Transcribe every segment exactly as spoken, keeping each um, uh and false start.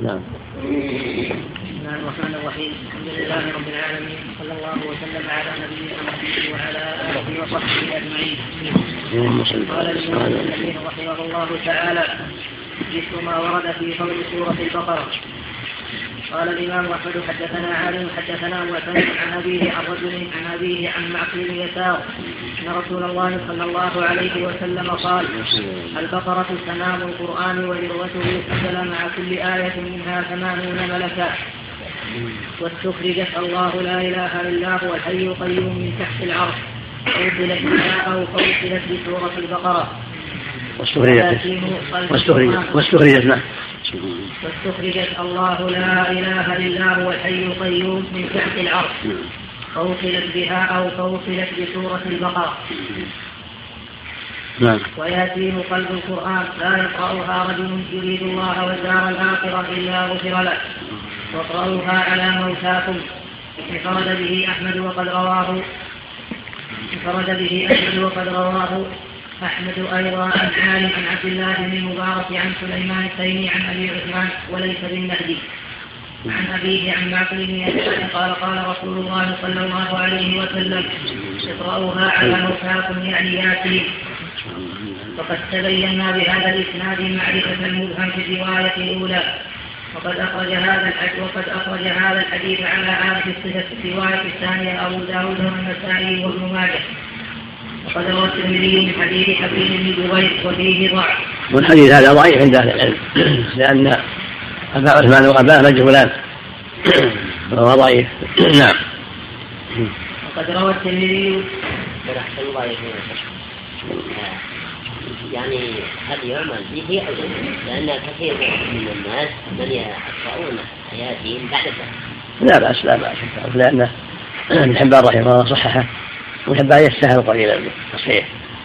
نعم. بسم الله الرحمن الرحيم. الحمد لله رب العالمين، صلى الله وسلم على نبينا محمد وعلى آله وصحبه أجمعين. قال الإمام النووي رحمه الله تعالى: ذكر ما ورد في فضل سورة البقرة. قال الإمام أحمد: حدثنا عالم حدثنا معتمد عن أبيه عن رجل عن أبيه عن معقل يسار أن رسول الله صلى الله عليه وسلم قال: البقرة سنام القرآن وذروته، نزل مع كل آية منها ثمانون ملكا، واستخرجت الله لا إله إلا هو الحي القيوم من تحت العرش، أوصلت بها أو فوصلت بسورة البقرة. واستخرجت واستخرجت نعم واستخرجت الله لا إله إلا هو الحي القيوم من تحت العرش، فوصلت بها أو فوصلت بسورة البقرة. نعم. ويتيم قلب القرآن لا يقرأها رجل يريد الله والدار الآخرة إلا غفر له، واقرأوها على موتاكم. انفرد به أحمد وقد رواه انفرد به أحمد وقد رواه أحمد أيضا عن حال عن عبد الله بن المبارك عن سليمان التيمي عن أبي عثمان وليس بالمهدي عن أبيه عن معقل بن يسار قال: قال رسول الله صلى الله عليه وسلم: اقرأوها على موتاكم يعني ياسين. وقد تبينا بهذا الإسناد معرفة المبهم في الرواية الأولى، وقد أخرج هذا الحديث وقد أخرج هذا الحديث على هذه الصفة في الرواية الثانية أبو داود والنسائي وابن ماجه. وقد روى الترمذي من حديث حكيم بن جبير وفيه ضعف. والحديث هذا ضعيف عند أهل العلم لأن أبا عثمان وأباه مجهولان فهو ضعيف. نعم. وقد روى الترمذي يعني هل يعمل به أو لأن كثير من الناس من يقرؤون آياتهم بعد ذلك. لا بأس لا بأس لأن ابن حبان رحمه الله صححه، وابن حبان يستهل قليلا بالتصحيح.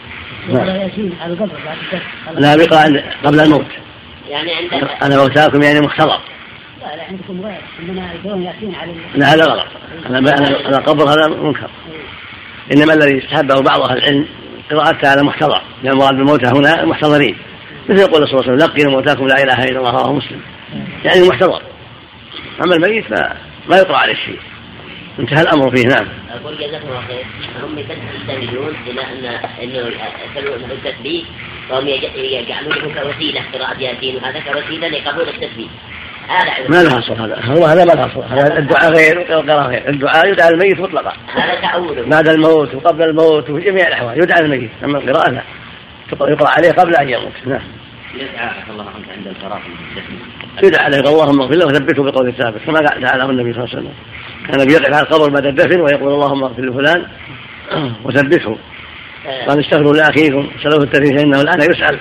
لا بقى قبل الموت يعني عندنا أنا موتاكم يعني مختلط. لا لا عندكم غير عندنا يقولون ياسين على لا هذا غلط. أنا أنا قبر هذا منكر. إنما الذي استحبه بعض أهل العلم قراءتها على محتضر، لأن المراد بالموتى هنا المحتضرين، مثل يقول صلى الله عليه وسلم: لقنوا موتاكم لا إله إلا الله رواه مسلم، يعني المحتضر. أما الميت ما يقرأ عليه شيء، انتهى الأمر فيه. نعم. أقول جزاكم الله خير. هم يستندون إلى أن إنه يسألون له التسبيح، وهم يجعلونه كوسيلة قراءة ياسين، وهذا كوسيلة لقبول التسبيح. هذا ما له أصل، هذا هو هذا ما له أصل. هذا الدعاء غير والقراءة غير. الدعاء يدعى الميت مطلقا، هذا تأوله بعد الموت وقبل الموت وفي جميع الأحوال يدعى الميت. أما القراءة لا، يقرأ عليه قبل أن يموت. نعم. يدعى الله عنك عند الفراغ من التسبيح، يدعى عليه: اللهم اغفر له وثبته بقول الثابت، كما قال تعالى النبي صلى الله عليه وسلم: كان بيقف على القبر بعد الدفن ويقول: اللهم اغفر لفلان وثبته. قال: استغفروا لأخيكم سلوه التثبيت فإنه الآن يسأل.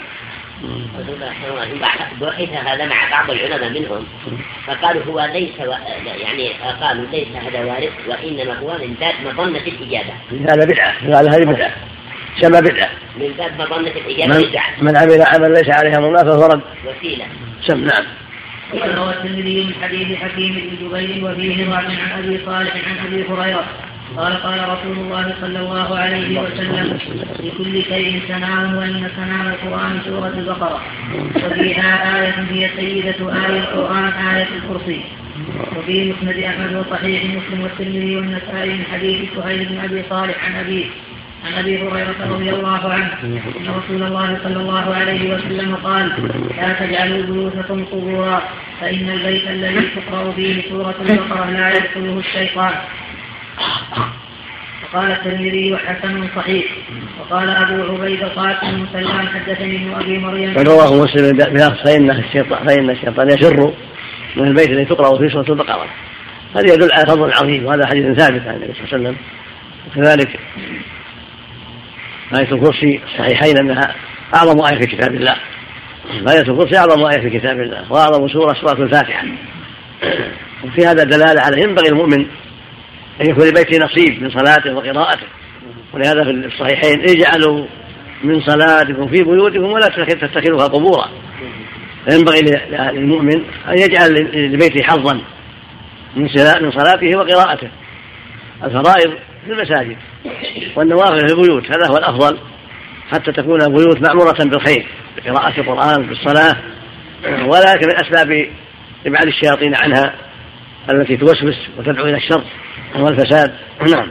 بحث هذا مع بعض العلماء منهم فقالوا هو ليس يعني قالوا ليس هذا وارد، وإنما هو من باب مظنة الإجابة. هذا بدعة، قال هذه بدعة، شبه بدعة، من باب مظنة الإجابة. من, من عمل عمل ليس عليه أمر الله فهو رد وسيلة. سم. نعم. وروى الترمذي من حديث حكيم بن جبير وفيه ضعف عن أبي صالح عن أبي هريرة قال: قال رسول الله صلى الله عليه وسلم: لكل شيء سنام، وإن سنام القرآن سورة البقرة، وفيها آية هي سيدة آية القرآن آية الكرسي. وفي مسند أحمد وصحيح مسلم والترمذي والنسائي من حديث سهيل بن أبي صالح عن أبيه عن أبي هريرة رضي الله عنه أن رسول الله صلى الله عليه وسلم قال: لا تجعلوا بيوتكم قبورا، فإن البيت الذي تقرأ فيه سورة البقرة لا يدخله الشيطان. وقال الترمذي: حسن صحيح. وقال أبو عبيد قاسم سلمان حدثني ابن أبي مريم رواه مسلم بنص: فإن الشيطان فإن الشيطان يفر من البيت الذي تقرأ فيه سورة البقرة. هذا يدل على فضل عظيم، وهذا حديث ثابت عن النبي صلى الله عليه وسلم. وكذلك آية الكرسي الصحيحين أنها أعظم آية في كتاب الله. آية الكرسي أعظم آية في كتاب الله، وأعظم سورة سورة الفاتحة. وفي هذا دلالة على ينبغي المؤمن أن يكون لبيته نصيب من صلاته وقراءته. ولهذا في الصحيحين: اجعلوا من صلاتكم في بيوتكم ولا تتخذوها قبورا. ينبغي للمؤمن أن يجعل لبيته حظا من صلاته وقراءته. الفرائض في المساجد والنوافل في البيوت، هذا هو الأفضل، حتى تكون البيوت معمورة بالخير بقراءة القرآن بالصلاة. ولكن من أسباب لبعد الشياطين عنها التي توسوس وتدعو إلى الشر والفساد. نعم.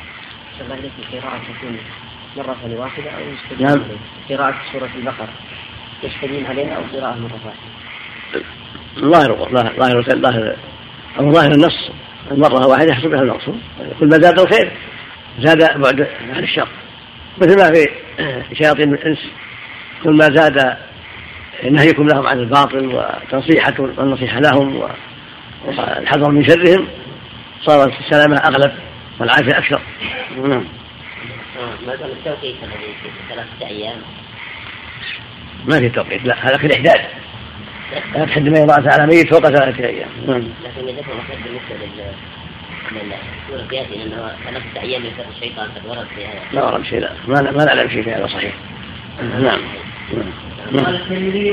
القراءة تكون مرة واحدة أو يستدين نعم. قراءة سورة البقرة يستدين عليها أو قراءة مرة واحدة؟ ظاهر ظاهر ظاهر أو ظاهر النص المرة واحدة يحصل بها المقصود. كل ما زاد الخير زاد بعد عن الشر، مثل ما في شياطين الإنس كل ما زاد نهيكم لهم عن الباطل وتنصيحة والنصيحة لهم والحذر من شرهم صارت السلامة أغلب والعافية أكثر. نعم. ما دام التوقيت الذي في ثلاثة أيام ما في توقيت، لا هذا في الإحداد لا تحد ما الله تعالى ميت فوق ثلاثة أيام. لكن إذا كان مثلا بالنسبة للسورة ياتي أنه ثلاثة أيام يكثر الشيطان قد ورد فيها. لا ورد شيء، لا ما ما نعلم شيء في هذا صحيح. نعم. قال الترمذي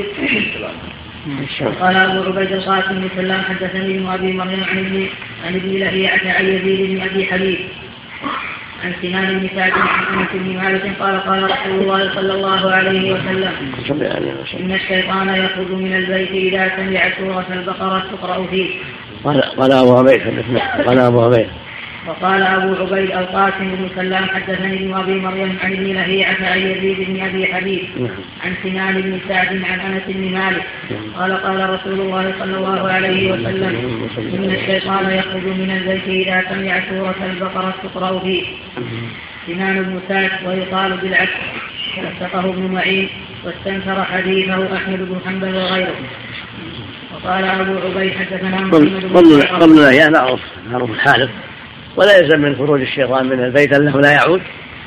قال أبو عبيد القاسم بن سلام حدثني ابن أبي مريم عن ابن عن ابن لهيعة عن يزيد بن أبي حبيب عن سنان بن سعد عن أنس بن مالك قال قال رسول الله صلى الله عليه وسلم إن الشيطان يخرج من البيت إذا سمع سورة البقرة تقرأ فيه. قال أبو عبيد قال أبو عبيد وقال أبو عبيد القاسم بن سلام حدثني ابن أبي مريم عن ابن لهيعة عن يزيد بن أبي حبيب عن سنان بن سعد عن أنس بن مالك قال قال رسول الله صلى الله عليه وسلم إن الشيطان يخرج من البيت إذا سمع سورة البقرة تقرأ فيه. سنان بن سعد ويقال بالعكس وثقه ابن معين واستنكر حديثه أحمد بن حنبل وغيره. وقال أبو عبيد حدثنا محمد بن قبل يا معروف معروف الحالف ولا يلزم من خروج الشيطان من البيت أنه لا يعود،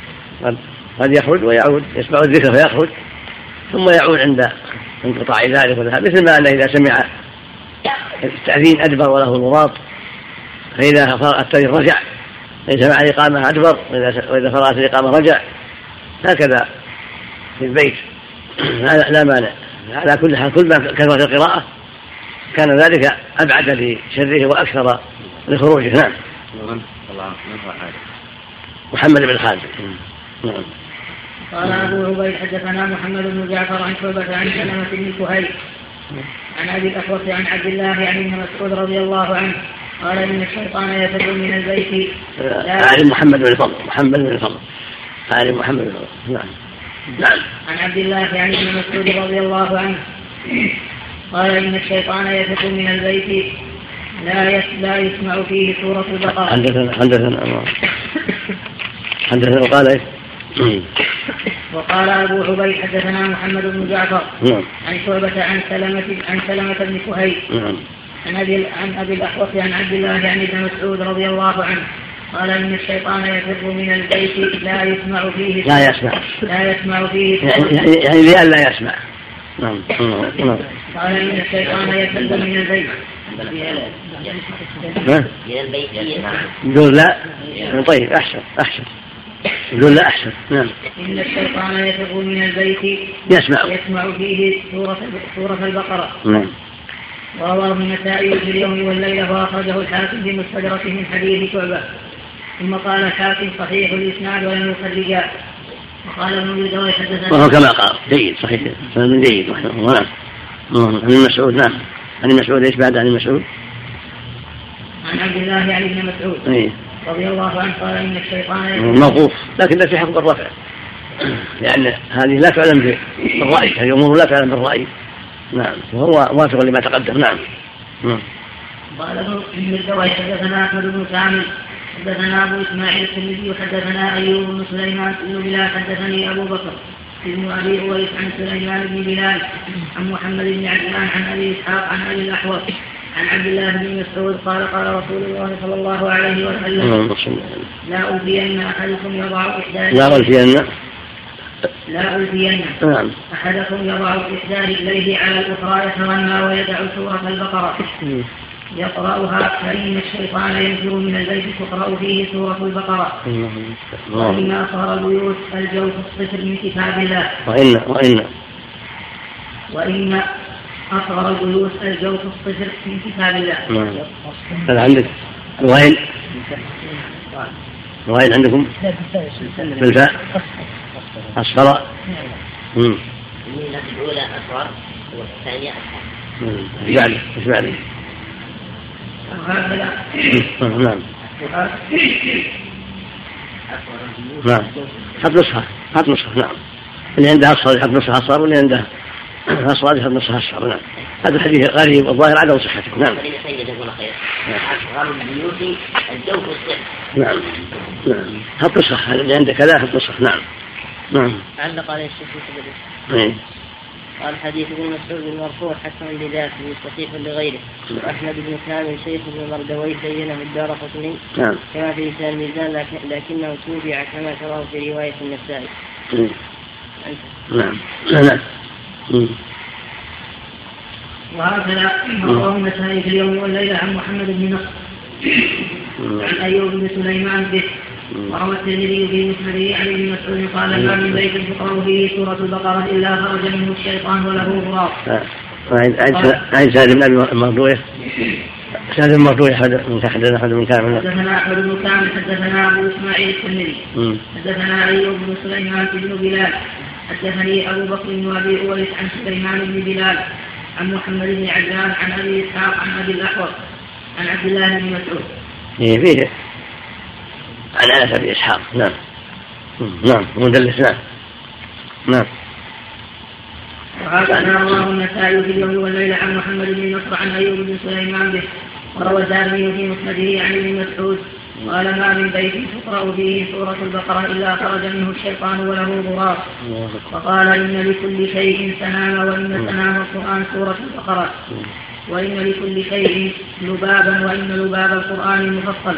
قد يخرج ويعود يسمع الذكر فيخرج ثم يعود عند انقطاع ذلك وذهاب، مثل ما أنه إذا سمع التأذين أدبر وله الغراط فإذا فرغ التأذين رجع، إذا سمع الإقامة أدبر وإذا فرغت الإقامة رجع، هكذا في البيت لا مانع. على كل حال كل ما كثرت القراءة كان ذلك أبعد لشره وأكثر لخروجه. نعم. محمد بن خالد. قال أبو عبيد حدثنا محمد بن جعفر عن شعبة عن سلمة بن كهيل عن أبي الأحوص عن عبد الله عن ابن مسعود رضي الله عنه قال إن الشيطان يفر من البيت. عن محمد بن فضل محمد بن فضل عن محمد بن فضل. نعم. نعم. عن عبد الله عن ابن مسعود رضي الله عنه قال إن الشيطان يفر من البيت لا لا يسمع فيه سورة البقرة. حدثنا حدثنا حدثنا وقال ايش؟ وقال أبو عبيد حدثنا محمد بن جعفر عن شعبة عن سلمة عن سلمة بن كهيل عن أبي عن أبي الأحوص عن عبد الله عن ابن مسعود رضي الله عنه قال إن الشيطان يفر من البيت لا يسمع فيه لا يسمع لا يسمع فيه يعني يعني لأن لا يسمع. نعم. قال إن الشيطان يفر من البيت يقول لا. طيب أحسن أحسن يقول لا أحسن. نعم. إن الشيطان يفر من البيت يسمع يسمع فيه سورة سورة البقرة. نعم. ورواه النسائي في اليوم والليلة وأخرجه الحاكم في مستدركه من حديث شعبة. ثم قال الحاكم صحيح الإسناد ولم يخرجا. وقال ابن الجوزي حدثنا وهو كما قال جيد صحيح من جيد. نعم. عن المسعود. نعم. عن المسعود ايش بعد عن المسعود؟ عن عبد الله عن ابن مسعود ايه رضي الله عنه قال إن الشيطان موقوف لكن في حق الرفع لأن هذه لا تعلم بالرأي، هذه أمور لا تعلم بالرأي. نعم. وهو موافق لما تقدم. نعم. قال ابن الجوزي حدثنا أحمد بن كامل حدثنا أبو إسماعيل الترمذي وحدثنا أيوب بن سليمان بن بلال حدثني أبو بكر ابن أبي أويس عن سليمان بن بلال عن محمد بن عجلان عن أبي إسحاق عن أبي الأحوص عن عبد الله بن مسعود قال قال رسول الله صلى الله عليه وسلم لا ألفين أحدكم يضع إحدى لا ألفين لا ألفين أحدكم يضع إحدى رجليه على الأخرى يتغنى ويدع سورة البقرة يقرأها فإن الشيطان ينفر من البيت تقرأ فيه سورة البقرة. وإن أصغر البيوت الجوف الصفر من كتاب الله. وإن وإن وإن أصغر البيوت الجوف الصفر من كتاب الله. هذا عندك وين وين عندكم بالفاء أصغر. الأولى أصغر والثانية أصغر. يعني إيش معنى نعم نعم حط نصها حط نصها نعم اللي عندها أصفر يحط نصها أصفر واللي عندها أصفر يحط نصها أصفر. نعم هذا الحديث غريب والظاهر عدم صحته. نعم نعم نعم حط نصها اللي عندك كذا حط نصها. نعم نعم علق عليه الشيخ في قال حديث ابن مسعود المرفوع حسن لذاته مستفيق لغيره. وأحمد بن كامل شيخ ابن مردويه بينه الدارقطني كما في لسان الميزان لكن لكنه توبع كما تراه في رواية النسائي. نعم نعم وهكذا رواه النسائي في اليوم والليلة عن محمد بن نصر عن أيوب بن سليمان به. وروى الترمذي في مسنده عن ابن مسعود قال ما من بيت تقرأ فيه سورة البقرة إلا خرج منه الشيطان وله غراب. عن سعد بن أبي مرضوية سعد بن مرضوية حدثنا أحمد بن كامل حدثنا أحمد بن كامل حدثنا أبو إسماعيل الترمذي حدثنا أيوب بن سليمان بن بلال حدثني أبو بكر بن أبي أويس عن سليمان بن بلال عن محمد بن عجلان عن أبي إسحاق عن أبي الأحوص عن عبد الله بن مسعود. إيه فيه عن أنس أبي إسحاق. نعم نعم مدلس. نعم نعم وهكذا رواه النسائي في اليوم والليلة عن محمد بن نصر عن أيوب بن سليمان به. وروى الدارمي في مسنده عن ابن مسعود قال ما من بيت تقرأ فيه سورة البقرة إلا خرج منه الشيطان وله غراب. وقال إن لكل شيء سنام وإن سنام القرآن سورة البقرة وإن لكل شيء لبابا وإن لباب القرآن مفصل.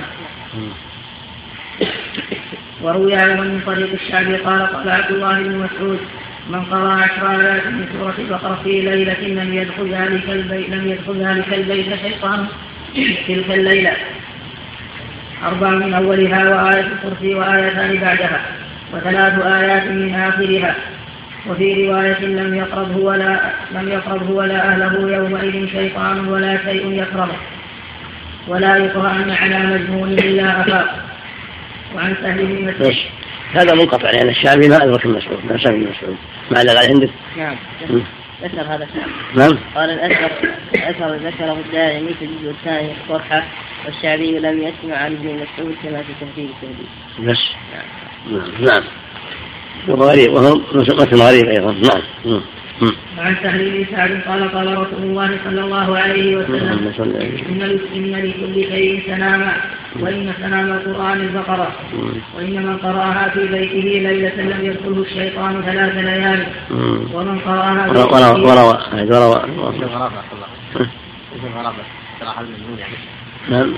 وروي أيضا من طريق الشعبي قال قال عبد الله بن مسعود من قرأ عشر آيات من سورة البقرة في ليلة لم يدخل ذلك البيت لم يدخل ذلك البيت شيطان تلك الليلة. أربع من أولها وآية الكرسي وآيتان بعدها وثلاث آيات من آخرها. وفي رواية لم يقربه ولا لم يقربه ولا أهله يومئذ شيطان ولا شيء يقربه ولا يقرأن على مجنون إلا أفاق. وعن سهل بن مسعود هذا منقطع لأن الشعبي ما أدرك المسعود ما سمع المسعود ما علق على عندك. نعم ذكر هذا الشعبي. نعم قال الأثر الأثر ذكره الدارمي في الجزء الثاني الصرحة والشعبي لم يسمع عن ابن مسعود كما في تهذيب التهذيب. بس نعم نعم وغريب وهم مثل غريب أيضا. نعم وعن سهل بن سعد قال قال رسول الله صلى الله عليه وسلم إن لكل شيء سناما وإن سنام القرآن البقرة وإن من قرأها في بيته ليلة لم يدخله الشيطان ثلاث ليال ومن قرأها في بيته وروى وروى نعم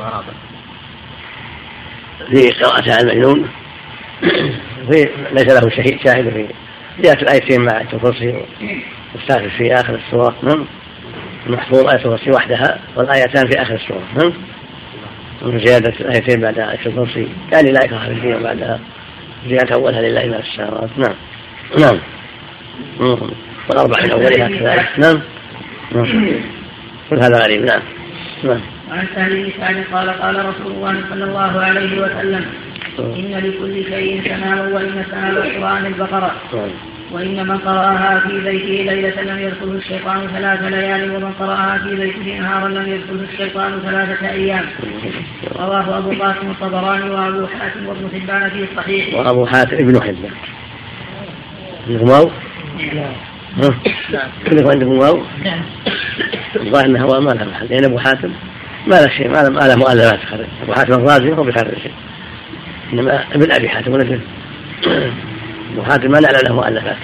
في قراءة على المجنون في ليس له شاهد في جاءت الآيتين مع الكرسي والثالث في آخر السورة. نعم محفوظ آية الكرسي وحدها والآيتان في آخر السورة. نعم زيادة الآيتين بعد آية الكرسي يعني لا إكراه في الدين بعدها زيادة أولها لله ما في السماوات. نعم نعم والأربع من أولها كذلك. نعم كل هذا غريب. نعم نعم وعن سهل بن سعد قال قال رسول الله صلى الله عليه وسلم إن لكل شيء سنام وإن سنام القرآن البقرة وإن من قرأها في بيته ليلة لم يدخله الشيطان ثلاث ليال ومن قرأها في بيته نهارا لم يدخله الشيطان ثلاثة أيام. رواه أبو قاسم الطبراني وأبو حاتم وابن حبان في الصحيح. وأبو حاتم ابن حبان عندكم واو؟ كلكم عندكم واو؟ الظاهر أنه هو ما له محل لأن أبو حاتم ما له شيء ما له مؤلفات خرج. أبو حاتم الرازي هو بخرج شيء إنما ابن أبي حاتم ولكن أبو حاتم ما نعلم له مؤلفات.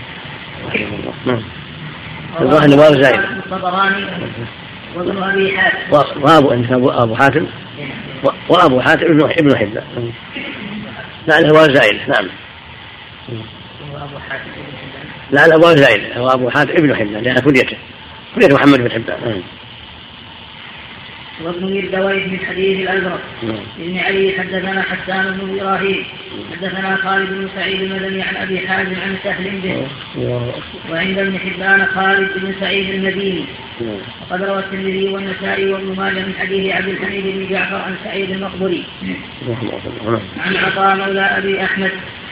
الظاهر أنه واو زائد. وابن أبي حاتم وأبو أبو حاتم وأبو حاتم ابن حبان لعله واو زائد. نعم لعله واو زائد وأبو حاتم ابن حبان لأن كليته كليته محمد بن حبان. وابن مردويه من حديث الأزرق ابن علي حدثنا حسان بن إبراهيم حدثنا خالد بن سعيد المدني عن أبي حازم عن سهل به وعند ابن حبان خالد بن سعيد المديني. وقد روى الترمذي والنسائي وابن ماجه من حديث عبد الحميد بن جعفر عن سعيد المقبري عن عطاء مولى أبي أحمد.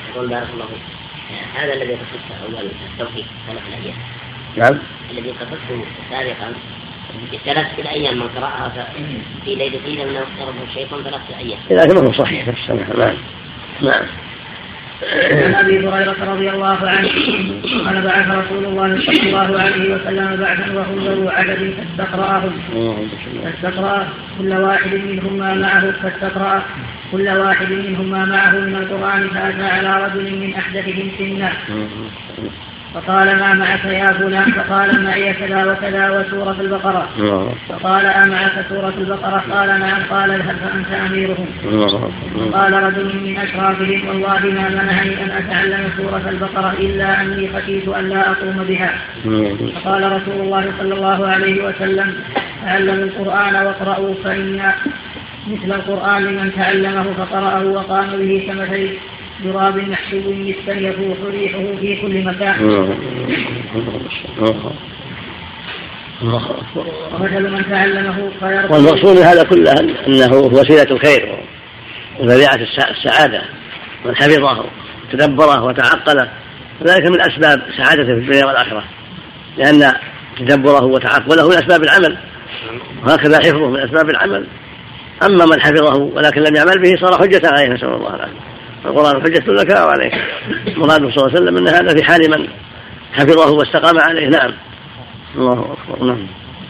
هذا الذي قصته أول التوحيد ثلاث الأيام. نعم الذي قصته سابقا ثلاث الأيام من قرأها في ليلة إذا من اقترب الشيطان ثلاث أيام. لكن هو صحيح في السنة. نعم. نعم. عن أبي هريرة رضي الله عنه قال بعث رسول الله صلى الله عليه وسلم بعثا وهم ذو عدد فاستقرأهم فاستقرأ كل واحد منهم ما معه فاستقرأ كل واحد منهم ما معه من القرآن فأتى على رجل من أحدثهم سنا فقال ما معك يا فلان؟ فقال معي كذا وكذا وسورة البقرة. فقال أمعك سورة البقرة؟ قال نعم. قال اذهب فأنت أميرهم. قال رجل من أشرافهم والله ما منعني أن أتعلم سورة البقرة إلا أني خشيت أن لا أقوم بها. فقال رسول الله صلى الله عليه وسلم تعلموا القرآن واقرأوا فإن مثل القرآن لمن تعلمه فقرأه وقام به كمثل ضراب محسوب مسكا يفوح ريحه في كل مكان. ومثل من تعلمه فيرقى. والمقصود هذا كله أنه وسيلة الخير وذريعة السعادة، من حفظه تدبره وتعقله ذلك من أسباب سعادته في الدنيا والآخرة، لأن تدبره وتعقله من أسباب العمل، وهكذا حفظه من أسباب العمل. أما من حفظه ولكن لم يعمل به صار حجة عليه، نسأل الله العافية. القرآن حجة لك وعليك. مراده صلى الله عليه وسلم أن هذا في حال من حفظه واستقام عليه. نعم. الله أكبر. نعم.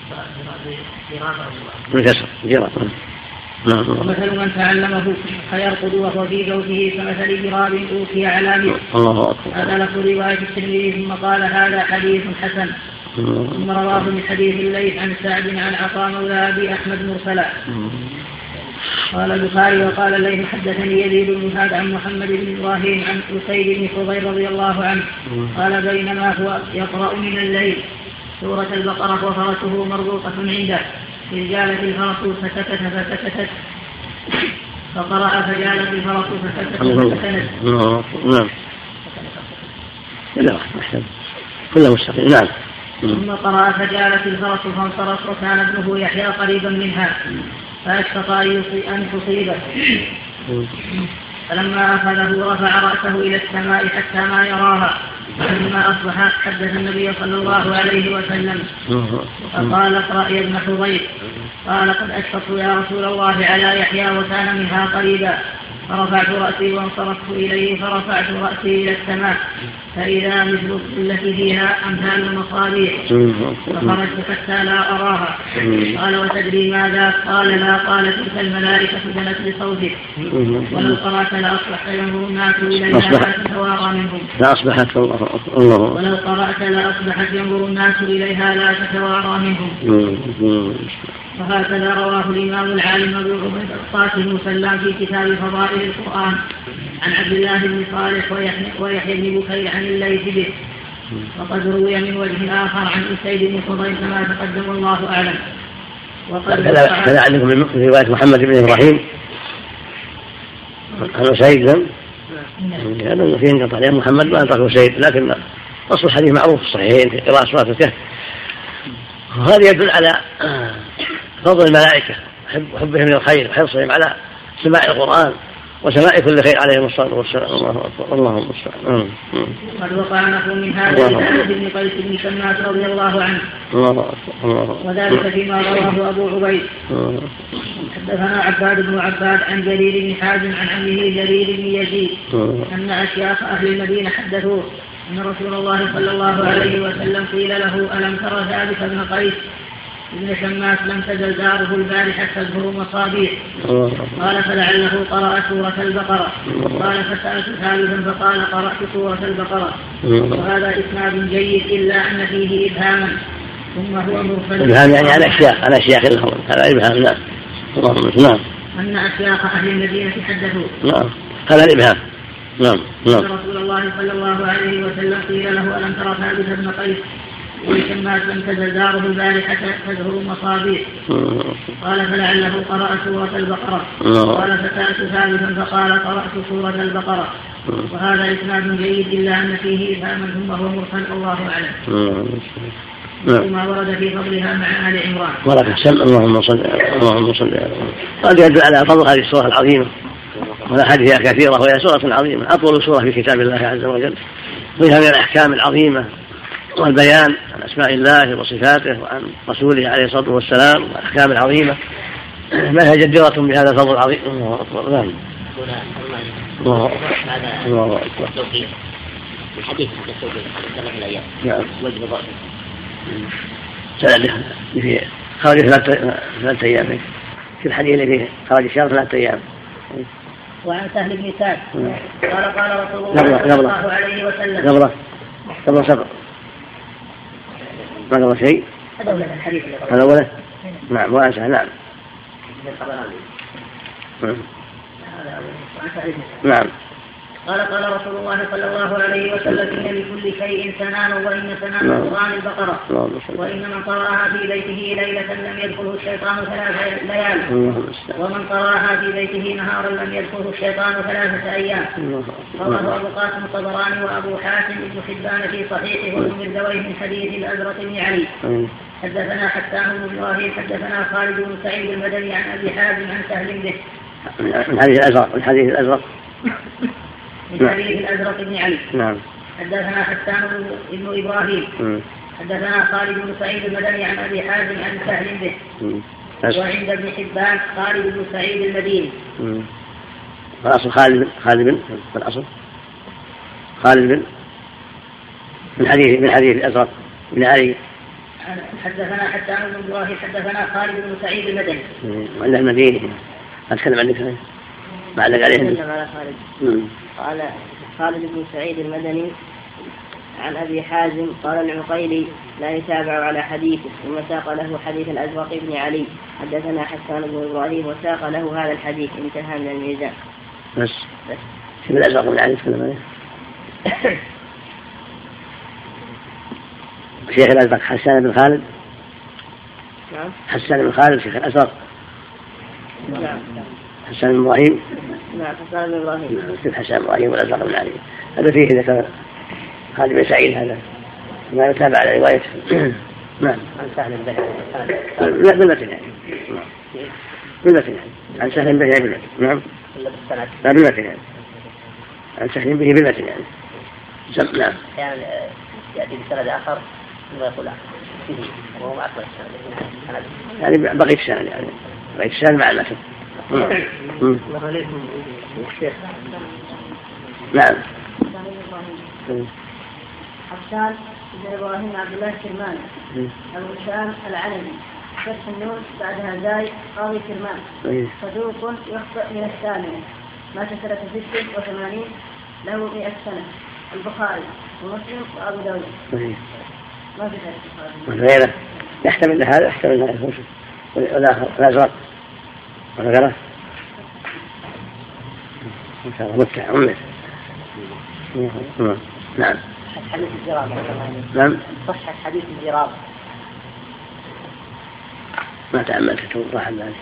بالكسر جراب. نعم. ومثل من تعلمه فيرقد وهو في جوفه كمثل جراب أوتي على مثل. الله أكبر. هذا لفظ رواية الترمذي ثم قال هذا حديث حسن. ثم رواه من حديث الليث عن سعد عن عطاء مولى أبي أحمد مرسلا. قال البخاري وقال الليث حدثني يزيد بن هاد عن محمد بن إبراهيم عن أسيد بن حضير رضي الله عنه قال بينما هو يقرأ من الليل سورة البقرة وفرسه مربوطة عنده إذ جالت الفرس فسكت فسكتت فقرأ فجالت الفرس فسكتت فسكتت. نعم. لا أحسن كله مستقيم. نعم. ثم قرأ فجالت الفرس فانصرف وكان ابنه يحيى قريبا منها فأشفق أن تصيبه فلما أخذه رفع رأسه إلى السماء حتى ما يراها. فلما أصبح حدث النبي صلى الله عليه وسلم فقال اقرأ يا ابن حضير. قال قد أشفقت يا رسول الله على يحيى وكان منها قريبا. فرفعت رأسي وانصرفت إليه فرفعت رأسي إلى السماء فإذا مثل التي فيها أمثال المصابيح فخرجت حتى لا أراها. قال وتدري ماذا؟ قال لا. قال تلك الملائكة دنت بصوتك ولو قرأت لأصبحت ينظر الناس إليها لا تتوارى منهم. لأصبحت الله ولو قرأت لأصبحت ينظر الناس إليها لا تتوارى منهم. وهكذا رواه الإمام العالم أبو عبيد القاسم مسلم في كتاب فضائل القرآن عن عبد الله بن صالح ويحيى بن بكير عن الليث به. وقد روي من وجه آخر عن أسيد بن حضير كما تقدم الله أعلم. كذا عندكم من رواية محمد بن إبراهيم عن أسيد هذا فيه انقطاع لأن محمد ما انطق أسيد، لكن أصل الحديث معروف في الصحيحين في قراءة سورة الكهف. وهذا يدل على فضل الملائكة وحبهم للخير وحرصهم على سماع القرآن وسماع كل خير عليهم الصلاة والسلام. الله أكبر. اللهم المستعان. قد وقع نحو من هذا لثابت بن قيس بن شماس رضي الله عنه. الله أكبر. وذلك فيما رواه أبو عبيد. حدثنا عباد بن عباد عن جرير بن حازم عن عمه جرير بن يزيد أن أشياخ أهل المدينة حدثوه أن رسول الله صلى الله عليه وسلم قيل له ألم ترى ثابت بن قيس ابن شماس لم تزل داره البارحة تظهر مصابيح. قال فلعله قرأ سورة البقرة. قال فسألت ثالثا فقال قرأت سورة البقرة. وهذا إسناد جيد إلا أن فيه إبهاما ثم هو مرسل. إبهام يعني على أشياء على أشياء لهم هذا إبهام. نعم. نعم. أن أشياخ أهل المدينة حدثوا. نعم هذا الإبهام. نعم. نعم. رسول الله صلى الله عليه وسلم قيل له ألم ترى ثابت بن قيس والشماس لم تزل داره البارحة تزهر مصابيح. قال فلعله قرأ سورة البقرة. قال فسألت ثابتا فقال قرأت سورة البقرة. وهذا إسناد جيد إلا أن فيه إبهاما ثم هو مرسل الله أعلم. وما ورد في فضلها مع آل عمران. ولك سم. اللهم صل اللهم صل على محمد. هذا يدل على فضل هذه السورة العظيمة والأحاديث كثيرة وهي سورة عظيمة أطول سورة في كتاب الله عز وجل، فيها من الأحكام العظيمة والبيان عن أسماء الله وصفاته وعن رسوله عليه الصلاة والسلام والأحكام العظيمة ما هي جديرة بهذا الفضل العظيم. الله أكبر. نعم. الله أكبر. الحديث حتى السوق ثلاث الأيام. نعم. وجه ضعف. سنده في خارج ثلاثة أيام في الحديث اللي فيه خارج الشهر ثلاثة أيام. وعن سهل بن سعد قال قال رسول الله صلى الله عليه وسلم قبله قبله صبر ما قبل شيء هذا ولا الحديث هذا ولا نعم وأنسى نعم نعم قال قال رسول الله صلى الله عليه وسلم إن لكل شيء سنان وإن سنان القرآن البقرة وإن من قرأها في بيته ليلة لم يدخله الشيطان ثلاث ليال ومن قرأها في بيته نهارا لم يدخله الشيطان ثلاثة أيام. رواه أبو قاسم الطبراني وأبو حاتم بن حبان في صحيحه وابن مردويه من حديث الأزرق بن علي. حدثنا حسان بن إبراهيم حدثنا خالد بن سعيد المدني عن أبي حازم عن سهل به من حديث الأزرق من حديث الأزرق من حديث الأزرق بن علي. نعم. حدثنا حسان بن إبراهيم م. حدثنا خالد بن سعيد المدني عن أبي حازم عن سهل به م. وعند ابن حبان خالد بن سعيد المديني. الأصل خالد خالد بن الأصل خالد بن من حديث من حديث الأزرق بن علي. حدثنا حسان بن إبراهيم حدثنا خالد بن سعيد المدني. وعند المديني أتكلم عنك ما علق عليه. على خالد. قال خالد بن سعيد المدني عن أبي حازم قال العقيلي لا يتابع على حديثه ثم ساق له حديث الأزرق بن علي. حدثنا حسان بن إبراهيم وساق له هذا الحديث انتهى من الميزان. بس بس في الأزرق بن علي تكلم عليه. شيخ الأزرق حسان بن خالد. نعم. حسان بن خالد شيخ الأزرق. نعم. حسان بن إبراهيم. نعم حسان بن إبراهيم. نعم حسان بن إبراهيم والأزرق بن علي. هذا فيه ذكر خالد بن سعيد هذا ما يتابع على روايته. نعم. عن سهل بن لا بالمتن يعني. بالمتن يعني. عن سهل به بالمتن. نعم. لا بالمتن يعني. عن سهل به بالمتن يعني. سم نعم. يعني يأتي بسند آخر ثم يقول فيه وهو مع السند. يعني بقيت السند يعني. بقيت السند مع المتن. نعم. حسان بن إبراهيم عبد الله الكرماني أبو هشام العلمي فتح النون بعدها زاي قاضي كرمان صدوق يخطئ من الثامنة مات سنة ست وثمانين له مئة سنة. البخاري ومسلم وأبو داود. ما في هذا غيره يحتمل هذا يحتمل هذا والآخر الأزرق وغيره إن شاء الله متع أمه. نعم. حديث الجراب. نعم. صحة حديث الجراب. ما تأملت توضح ذلك.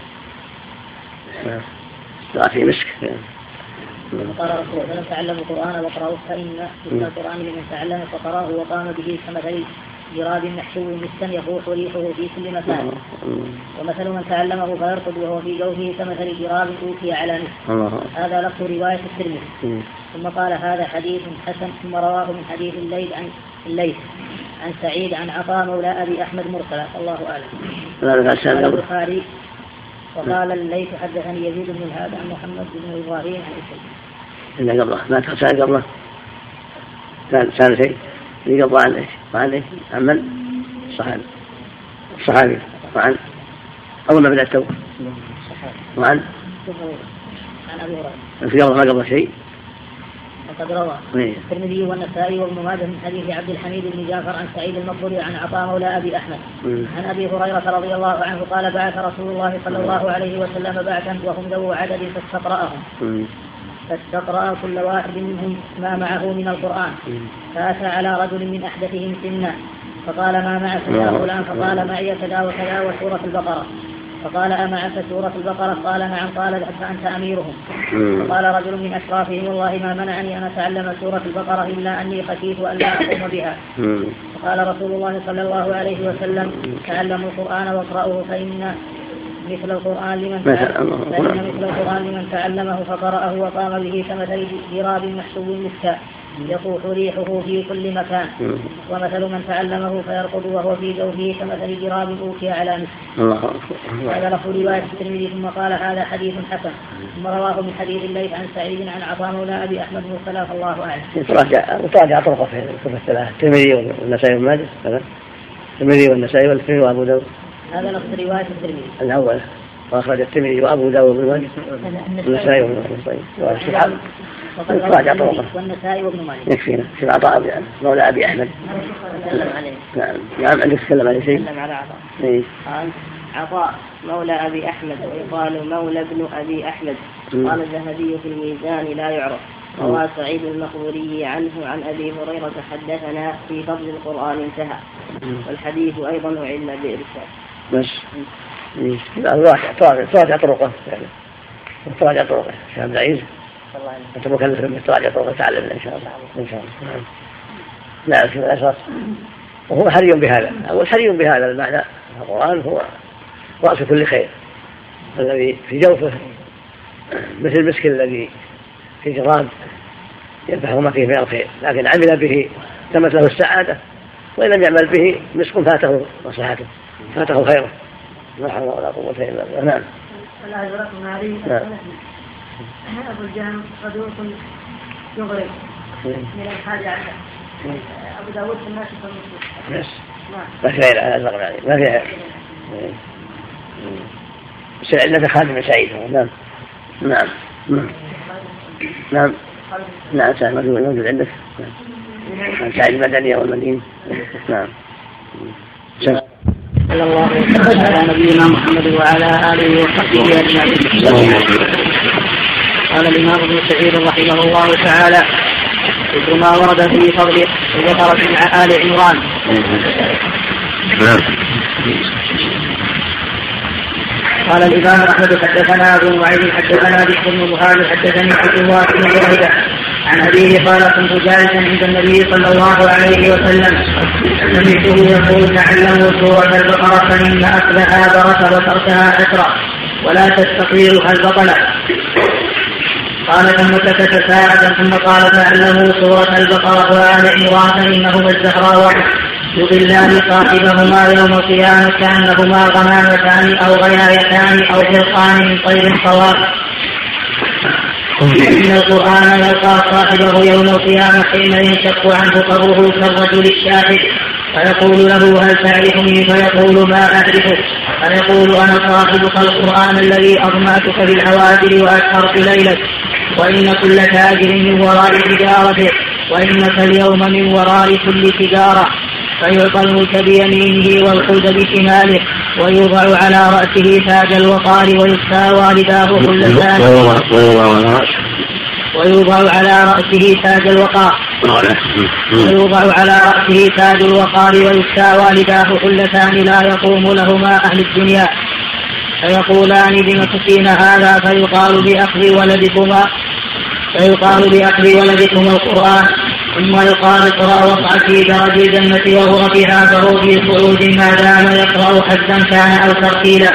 لا في مسك. قال رسول الله تعلموا القرآن وقرأوه فإن مثل القرآن لمن تعلم فقرأه وقام به كمثل جراد محشو مسكا يفوح ريحه في كل مكان. ومثل من تعلمه فيرقد وهو في جوفه كمثل جراد أوتي على نصف. هذا لفظ رواية الترمذي. ثم قال هذا حديث حسن. ثم رواه من حديث الليث عن الليث عن سعيد عن عطاء مولى أبي أحمد مرسلا. الله أعلم. قال البخاري وقال الليث حدثني يزيد بن الهاد عن محمد بن إبراهيم عن إسحاق. إلا قبله ما تسأل قبله كان سالتين اللي قبله عن إيش وعن إيش عن من الصحابي الصحابي وعن أول ما بدأ التوبة وعن عن أبي هريرة في قبله ما قبله شيء. وقد روى الترمذي والنسائي وابن ماجه من حديث عبد الحميد بن جعفر عن سعيد المقبري عن عطاء مولى أبي أحمد عن أبي هريرة رضي الله عنه قال بعث رسول الله صلى الله عليه وسلم بعثا وهم ذو عدد فاستقرأهم فاستقرأ كل واحد منهم ما معه من القرآن فأتى على رجل من أحدثهم سنا فقال ما معك يا فلان فقال معي كذا وكذا وسورة البقرة فقال أمعك سورة البقرة قال نعم قال فأنت أميرهم. فقال رجل من أشرافهم والله ما منعني أن أتعلم سورة البقرة إلا أني خشيت أن لا أقوم بها. فقال رسول الله صلى الله عليه وسلم تعلموا القرآن واقرأوه فإن مثل القرآن لمن فإن مثل القرآن لمن تعلمه فقرأه وقام به كمثل جراب محسوب مسكا يفوح ريحه في كل مكان. ومثل من تعلمه فيرقد وهو في جوفه كمثل جراب أوكي على مثل. هذا لفظ رواية الترمذي. ثم قال هذا حديث حسن. ثم رواه من حديث الليث عن سعيد عن عطاء مولى أبي أحمد بن الخلاف الله أعلم. متراجع طرقه في الكتب الثلاثة الترمذي والنسائي وابن ماجه. هذا الترمذي والنسائي والترمذي وأبو داود. هذا لفظ رواية الترمذي الأول. وأخرج الترمذي وأبو داود وابن ماجه والنسائي وابن ماجه. راجع طرقه والنسائي وابن ماجه. يكفينا في عطاء مولى أبي أحمد. نعم نعم عندك تكلم عليه شيء؟ تكلم على عطاء. إيه. عطاء مولى أبي أحمد ويقال مولى ابن أبي أحمد. قال الذهبي في الميزان لا يعرف. روى سعيد المقبوري عنه عن أبي هريرة حدثنا في فضل القرآن انتهى. والحديث أيضا علم بإرسال. بس. راجع راجع راجع طرقه يعني. راجع طرقه شيخ عبد العزيز. أنت مكلف بتراجع طرقه تعلمنا إن شاء الله. إن شاء الله. نعم في الأساس. وهو حري بهذا. أول حري بهذا المعنى. القرآن هو رأس كل خير. الذي في جوفه مثل المسك الذي في جراد ينفح ما فيه من الخير، لكن عمل به تمت له السعادة، وإن لم يعمل به مسك فاته مصلحته، فاته خيره. لا حول ولا قوة إلا بالله. نعم. أبو الجهم صدوق يغرب من الحاجة عنه. أبو داود في الناس يس. ما في غير هذا الرقم ما في. بس عندك خادم سعيد. نعم. نعم. نعم. نعم سعيد موجود عندك. نعم. سعيد المدنية والمدينة. نعم. صلى الله على نبينا محمد وعلى آله وصحبه أجمعين. قال الإمام ابن سعيد رحمه الله تعالى: ذكر ما ورد في فضل البقرة مع آل عمران. قال الإمام أحمد حدثنا أبو نعيم حدثنا بشر بن مهاجر حدثني عبد الله بن بريدة عن أبيه قال: كنت جالسا عند النبي صلى الله عليه وسلم سمعته يقول: تعلموا سورة البقرة فإن أصلها بركة وتركها حسرة ولا تستطيعها البطلة. قال: ثم سكت ساعة ثم قال: تعلموا سورة البقرة وآل عمران فإنهما الزهراوان يضلان صاحبهما يوم القيامة كأنهما غمامتان أو غيايتان أو فرقان من طير صواب. إن القرآن يلقى صاحبه يوم القيامة حين ينشق عنه قبره كالرجل الشاهد فيقول له: هل تعرفني؟ فيقول: ما أعرفك. فيقول: أنا صاحبك القرآن الذي أظمأتك في الحوادر وأسهرت ليلك، وإن كل تاجر من وراء تجارته، وإنك اليوم من وراء كل تجارة. فيعطى الملك بيمينه والخلد بشماله ويوضع على رأسه تاج الوقار ويكسى والداه خلتان ويوضع على رأسه تاج الوقار ويوضع على رأسه تاج الوقار ويكسى والداه خلتان لا يقوم لهما أهل الدنيا. فيقولان: بما تكفين هذا؟ فيقال: بأخذ ولدكما فيقال بأخذ ولدكما القرآن. ثم يقال: اقرأ واقع في درج الجنة وغرفها فهو في صعود ما دام يقرأ حدا كان أو ترتيلا.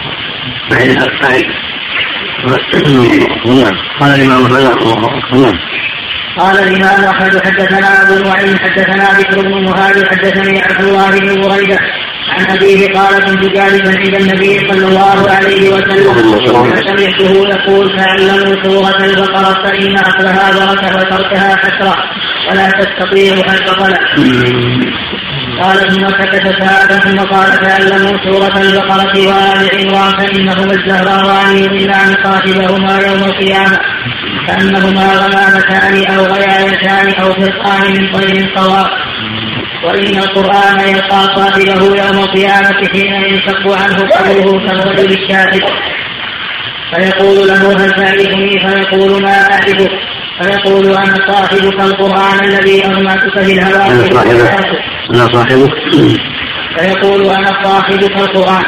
قال الإمام أحمد قال الإمام أحمد حدثنا أبو نعيم حدثنا بكر بن مهاجر حدثني عبد الله بن بريدة عن أبيه قال: كنت جالسا عند النبي صلى الله عليه وسلم فسمعته يقول: تعلموا سورة البقرة فإن أصلها بركة وتركها حسرة ولا تستطيعها البطلة. قال: ثم سكت ساعة ثم قال: تعلموا سورة البقرة وآل عمران فإنهما الزهراوان يضلان صاحبهما يوم القيامة كأنهما غمامتان أو غيايتان أو فرقان من طير صواب. وإن القرآن يلقى صاحبه يوم القيامة حين ينشق عنه قبره كالرجل الشاهد فيقول له: هل تعرفني؟ فيقول: ما أعرفك. فيقول: أنا صاحبك القرآن الذي أظمأتك في الهواء. أنا صاحبك. فيقول: أنا صاحبك القرآن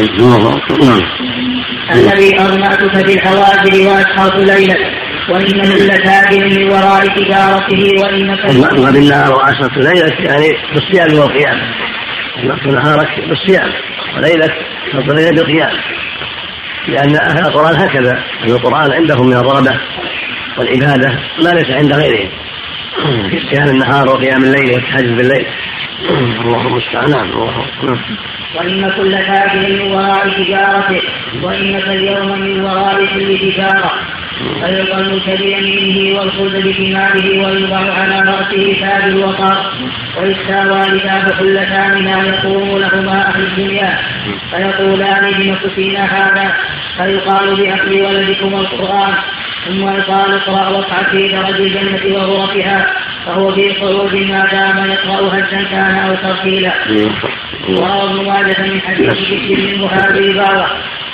الذي أظمأتك في الحوادر وأسهرت ليلك، وإن كل تاجر من وراء تجارته، وإنك وبالنهار وأسهرت ليلك يعني بالصيام والقيام، أظمأت نهارك بالصيام وليلك فالليل بالقيام، لأن أهل القرآن هكذا، أن القرآن عندهم من الرغبة والعبادة ما ليس عند غيرهم، في صيام النهار وقيام الليل والتهجد بالليل. الله المستعان. الله. وإن كل تاجر من وراء تجارته، وإنك اليوم من وراء كل تجارة. فيلقى الملك بيمينه والخلد بشماله ويوضع على رأسه تاج الوقار، ويستاوى لتاه حلتان لا يقوم لهما أهل الدنيا، فيقولان بمكسين هذا، فيقال بأكل ولدكم القرآن، ثم يقال اقرأ واصعد في درج الجنة وغرفها، فهو في خروج ما دام يقرأ هزا كان أو ترتيلا. وروى ابن ماجه من حديث بشر من مهاجر بارة.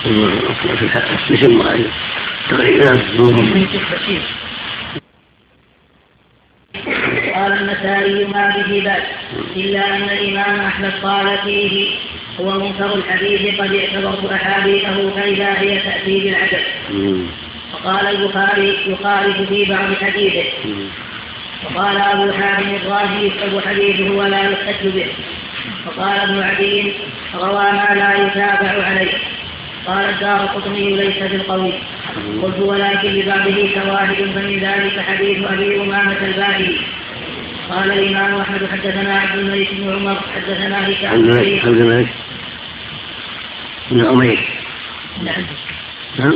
قال النسائي ما به بأس، إلا أن الإمام أحمد قال فيه هو منكر الحديث قد اعتبرت أحاديثه فإذا هي تأتي بالعدد. وقال البخاري يخالف في بعض حديثه. وقال أبو حاتم الرازي يكتب حديثه ولا يحتج به. وقال ابن عدي روى ما لا يتابع عليه. قال الدارقطني ليس بالقوي. قلت ولكن لبعضه شواهد، فمن ذلك حديث أبي أمامة الباهلي. قال الإمام أحمد حدثنا عبد الملك بن عمر حدثنا هشام بن عبد الملك بن عمير. نعم. نعم.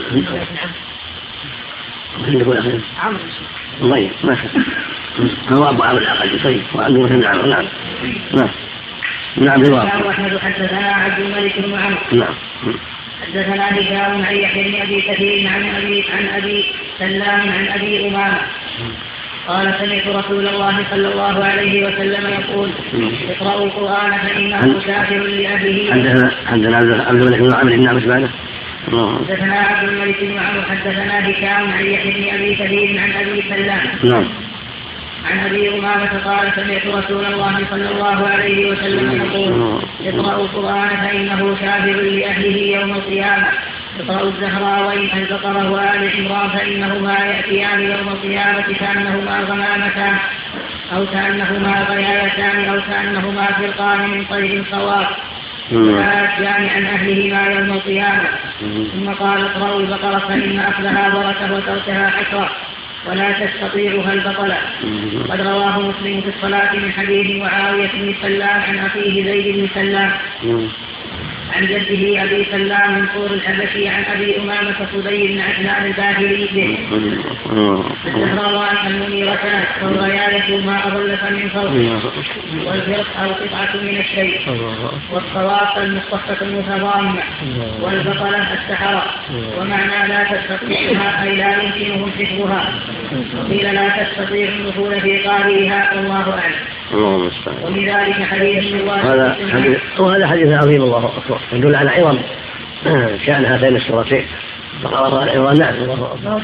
عمرو. طيب ما هو أبو عبد العقل. طيب وعنده مثل عمرو. نعم. نعم. من عبد الله. الإمام أحمد حدثنا عبد الملك بن عمر. نعم. حدثنا هشام عن يحيى بن أبي كثير عن أبي عن أبي سلام عن أبي أمامة قال سمعت رسول الله صلى الله عليه وسلم يقول اقرأوا القرآن فإنه شافع لأهله. عندنا عندنا عبد الملك بن عمرو بن عبد بعده. حدثنا عبد الملك بن عمرو حدثنا هشام عن يحيى بن أبي كثير عن أبي سلام نعم عن أبي أمامة قال سمعت رسول الله صلى الله عليه وسلم يقول اقرأوا القرآن فإنه شافع لأهله يوم القيامة. اقرأوا الزهراوين البقرة وآل عمران فإنهما يأتيان يوم القيامة كأنهما غمامتان أو كأنهما غيايتان أو كأنهما فرقان من طير صواب لا يأتيان عن أهلهما يوم القيامة. ثم قال اقرأوا البقرة فإن أخذها بركة وتركها حسرة ولا تستطيعها البطلة. قد رواه مسلم في الصلاة من حديث معاوية بن سلام عن أخيه زيد بن سلام عن جده أبي سلام من طور الحبشي عن أبي أمامة صدي بن عثمان الباهلي به. الزهراوان المنيرتان والغياية ما أضلك من فوق والفرق أو قطعة من الشيء والصواف المصطفة المتضامة والبطلة السحرة. ومعنى لا تستطيعها أي لا يمكنهم حفظها. وقيل لا تستطيع الدخول في قارئها والله أعلم. ومن ذلك حديث هذا حديث وهذا حديث عظيم الله أكبر يدل على عظم شأن هاتين السورتين. بقرة وآل عمران. نعم الله أكبر.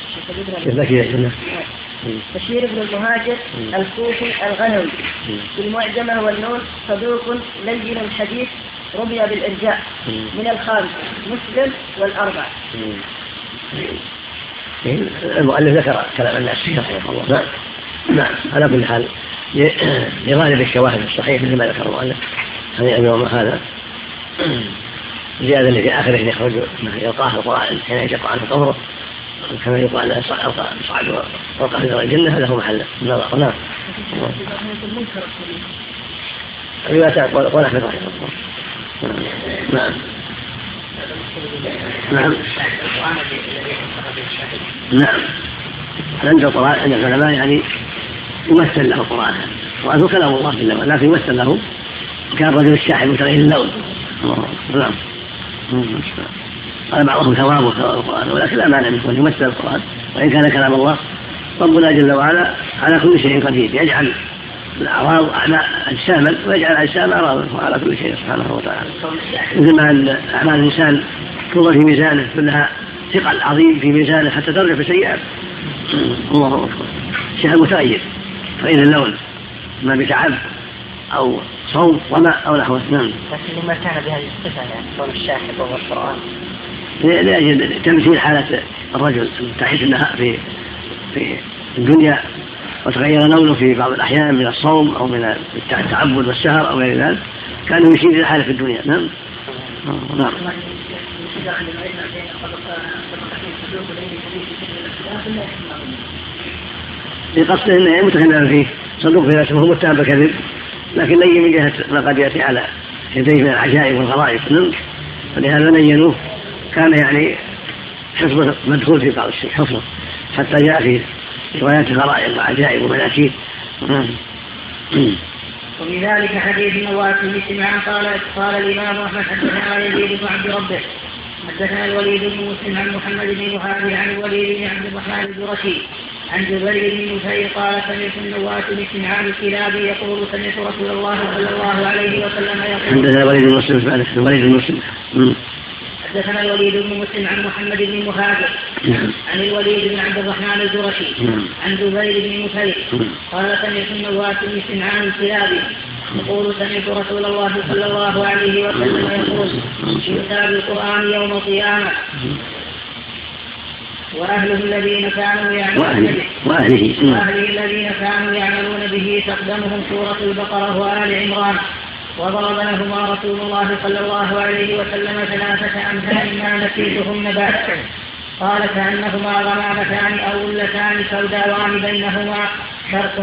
بشير بن المهاجر الكوفي الغنوي بالمعجمة والنون صدوق لين الحديث رمي بالإرجاء من الخامس مسلم والأربع. المؤلف ذكر كلام الناس فيه رحمه الله. نعم نعم على كل حال لغالب الشواهد الصحيح مثل ما ذكر المؤلف هذا زيادة اللي في آخره يخرج يلقاه القرآن حين يقع عنه قبره كما يقال له صعد وقع في الجنة. هذا هو محل النظر. نعم الروايات ولا في ظاهر. نعم نعم نعم عند القرآن عند العلماء يعني يمثل له القرآن. القرآن هو كلام الله جل وعلا لكن يمثل له كان الرجل الشاحب متغير اللون. نعم قال بعضهم ثوابه ثواب القرآن ولكن لا مانع من كونه يمثل القرآن وإن كان كلام الله. ربنا جل وعلا على كل شيء قدير يجعل الأعراض أجساما ويجعل الأجسام أعراضا وعلى كل شيء سبحانه وتعالى. مثل ما أعمال الإنسان توضع في ميزانه كلها ثقل عظيم في ميزانه حتى ترجع في سيئات. الله أكبر. شيء متغير فإذا اللون ما بتعب أو صوم وماء أو نحوه. نعم لكن لما كان بهذه الصفة يعني صوم الشاحب وهو القرآن لأجل تمثيل حالة الرجل تعيش النهار في في الدنيا وتغير لونه في بعض الأحيان من الصوم أو من التعبد والسهر أو غير ذلك كان يشير إلى حالة في الدنيا. نعم نعم في قصده انه متكلم فيه صدوق في نفسه وهو متهم بالكذب، لكن لي من جهه ما قد ياتي على يديه من العجائب والغرائب، فلهذا نينوه. كان يعني حفظه مدخول في بعض الشيء، حفظه حتى جاء في روايات غرائب وعجائب ومناكير. وفي ذلك حديث النواس بن سمعان قال قال الامام احمد حدثنا يزيد بن عبد ربه حدثنا الوليد بن مسلم عن محمد بن مهاجر عن الوليد بن عبد الرحمن الجرشي عن جبير بن نفير قال سمعت النواس بن سمعان الكلابي يقول سمعت رسول الله صلى الله عليه وسلم يقول. حدثنا الوليد بن مسلم الوليد بن مسلم حدثنا الوليد بن مسلم عن محمد بن مهاجر عن الوليد بن عبد الرحمن الجرشي عن جبير بن نفير قال سمعت النواس بن سمعان الكلابي يقول سمعت رسول الله صلى الله عليه وسلم يقول يؤتى بالقرآن يوم القيامة وأهله الذين كانوا يعملون به وأهله, وأهله الذين كانوا يعملون به تقدمهم سورة البقرة وآل عمران وضرب لهما رسول الله صلى الله عليه وسلم ثلاثة أمثال ما نسيتهن بعد قال كأنهما غمامتان أو ولتان سوداوان بينهما شرق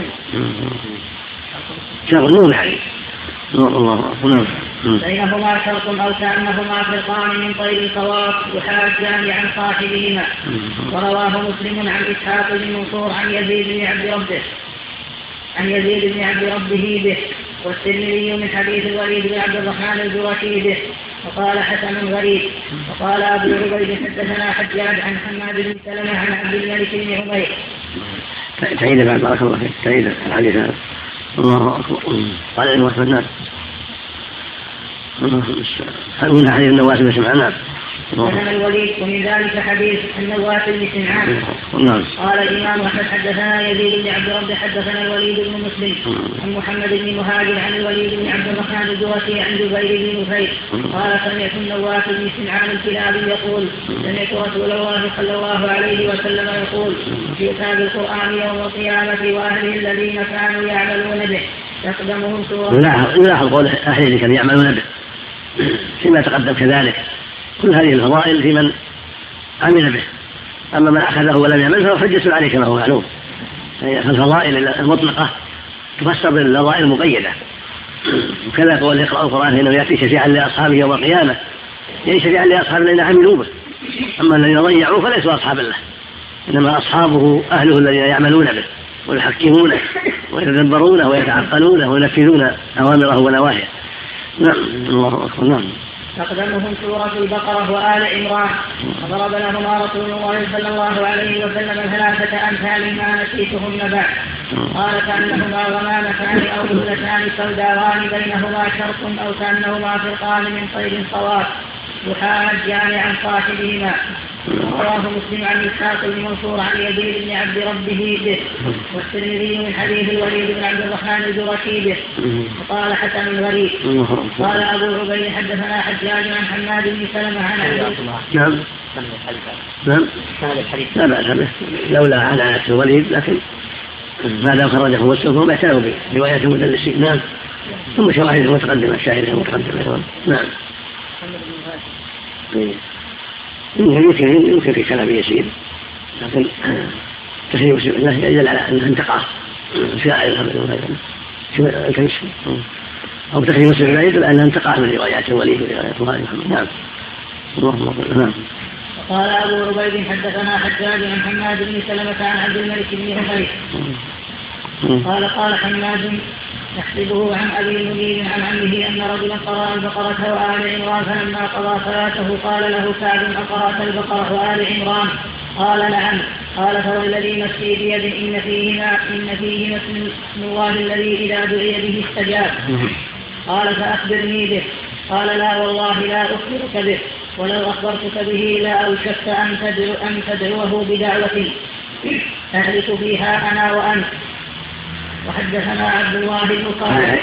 شرق نور يعني نور الله نور بينهما شرق أو كأنهما فرقان من طير صواب يحاجان عن صاحبهما. ورواه مسلم عن إسحاق بن منصور عن يزيد بن عبد ربه عن يزيد بن عبد ربه به والترمذي من حديث الوليد بن عبد الرحمن الجرشي به وقال حسن غريب. وقال أبو عبيد حدثنا حجاج عن حماد بن سلمة عن عبد الملك بن عمير. تعيد بعد بارك الله فيك تعيد الحديث هذا. الله أكبر. قال إنه وحف الناس هل هنا حديث النواس بن سمعان؟ حدثنا الوليد ومن ذلك حديث النواس بن سمعان قال الإمام أحمد حدثنا يزيد بن عبد ربه حدثنا الوليد بن مسلم عن محمد بن مهاجر عن الوليد بن عبد الرحمن الجرشي عن جبير بن نفير قال سمعت النواس بن سمعان الكلابي يقول سمعت رسول الله صلى الله عليه وسلم يقول يؤتى بالقرآن يوم القيامة وأهله الذين كانوا يعملون به تقدمهم سورة. يلاحظ قول أهله اللي كانوا يعملون به فيما تقدم كذلك كل هذه الفضائل في من عمل به، أما من أخذه ولم يعمل فهو حجة عليه كما هو معلوم. فالفضائل المطلقة تفسر بالفضائل المقيدة، وكذا قول يقرأ القرآن إنه يأتي شفيعا لأصحابه يوم القيامة، يعني شفيعا لأصحاب الذين عملوا به، أما الذين ضيعوا فليسوا أصحاب الله، إنما أصحابه أهله الذين يعملون به ويحكمونه ويتدبرونه ويتعقلونه وينفذون أوامره ونواهيه. نعم الله أكبر. نعم. تقدمهم سورة البقرة وآل عمران وضرب لهما رسول الله صلى الله عليه وسلم ثلاثة أمثال ما نسيتهن بعد قال كأنهما غمامتان أو بهلتان سوداوان بينهما شرق أو كأنهما فرقان من طير صواب يحاجان عن صاحبهما. رواه مسلم عن إسحاق بن منصور عن يزيد بن عبد ربه به والترمذي من حديث الوليد بن عبد الرحمن الجرشي به وقال حسن غريب. قال أبو عبيد حدثنا حجاج عن حماد بن سلمة عن عبد نعم نعم لا بأس به لولا عنعنة الوليد، لكن ما دام خرجه مسلم فهم اعتنوا برواية المدلسين. نعم ثم شواهد المتقدمة الشاهدة المتقدمة. نعم يمكن يمكن في كلام يسير، لكن تخيل مسلم الله يدل على أنها انتقاه شاعر أو تخيل مسلم الله يدل على أنها انتقاه من روايات الوليد وروايات محمد. نعم اللهم صل. نعم. قال أبو عبيد حدثنا حجاج عن حماد بن سلمة عن عبد الملك بن عمير قال قال حماد يحسبه عن أبي منير عن عمه أن رجلا قرأ البقرة وآل عمران فلما قضى صلاته قال له سعد أقرأت البقرة وآل عمران؟ قال نعم. قال فوالذي نفسي بيد إن فيهما إن فيهما اسم الله الذي إذا دعي به استجاب. قال فأخبرني به. قال لا والله لا أخبرك به، ولو أخبرتك به لا أوشكت أن تدعو أن تدعوه بدعوة أهلك فيها أنا وأنت. وحدثنا عبد الله بن صالح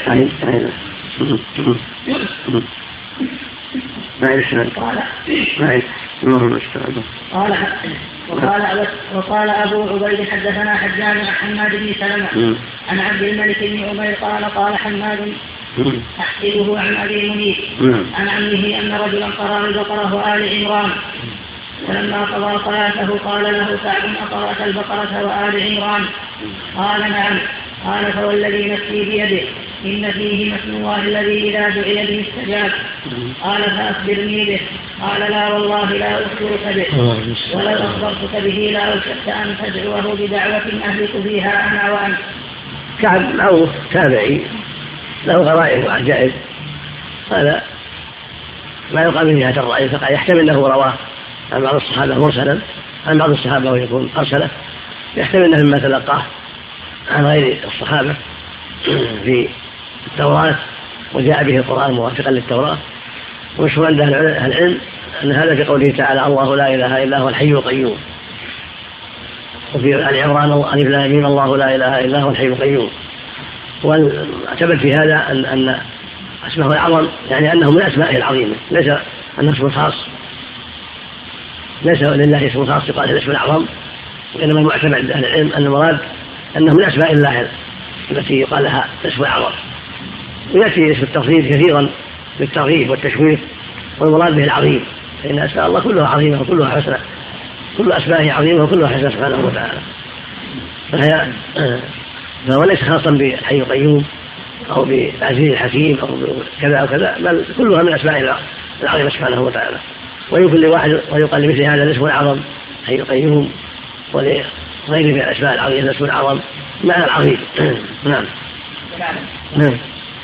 قال وقال وقال أبو عبيد حدثنا حجاج عن حماد بن سلمة عن عبد الملك بن عمير قال قال حماد أحسبه عن أبي منير عن عمه أن رجلا قرأ البقرة وآل عمران فلما قضى صلاته قال له سعد أقرأت البقرة وآل عمران؟ قال نعم. قال فوالذي نفسي بيده إن فيه اسم الله الذي إذا دعي به استجاب. قال فأخبرني به. قال لا والله لا أخبرك به، ولو أخبرتك به لا أشكت أن تدعوه بدعوة أهلك فيها أنا وأنت. كعب معروف تابعي له غرائب وعجائب، هذا ما يقال من جهة الرأي، فقد يحتمل أنه رواه عن بعض الصحابة مرسلا عن بعض الصحابة ويكون أرسله، يحتمل أنه مما تلقاه عن غير الصحابة في التوراة وجاء به القرآن موافقا للتوراة. ومشهور عند أهل العلم أن هذا في قوله تعالى الله لا إله إلا هو الحي القيوم، وفي آل عمران ألف لام ميم الله لا إله إلا هو الحي القيوم. واعتمد في هذا أن أن اسمه الأعظم يعني أنه من أسمائه العظيمة، ليس أنه اسم خاص، ليس لله اسم خاص يقال الاسم الأعظم، وإنما المعتمد عند أهل العلم أن المراد أنه من أسماء الله التي يقال لها الاسم الأعظم. ويأتي اسم التفضيل كثيرا للترغيب والتشويق، والمراد به العظيم، فإن أسماء الله كلها عظيمة وكلها حسنة، كل أسمائه عظيمة وكلها حسنة سبحانه وتعالى، فهي فهو ليس خاصا بالحي القيوم أو بعزيز الحكيم أو كذا أو كذا، بل كلها من أسماء العظيمة سبحانه وتعالى. ويمكن لواحد ويقال لمثل هذا الاسم الأعظم الحي القيوم، ولغيره من الأسماء العظيمة الاسم الأعظم معنى العظيم. نعم. نعم.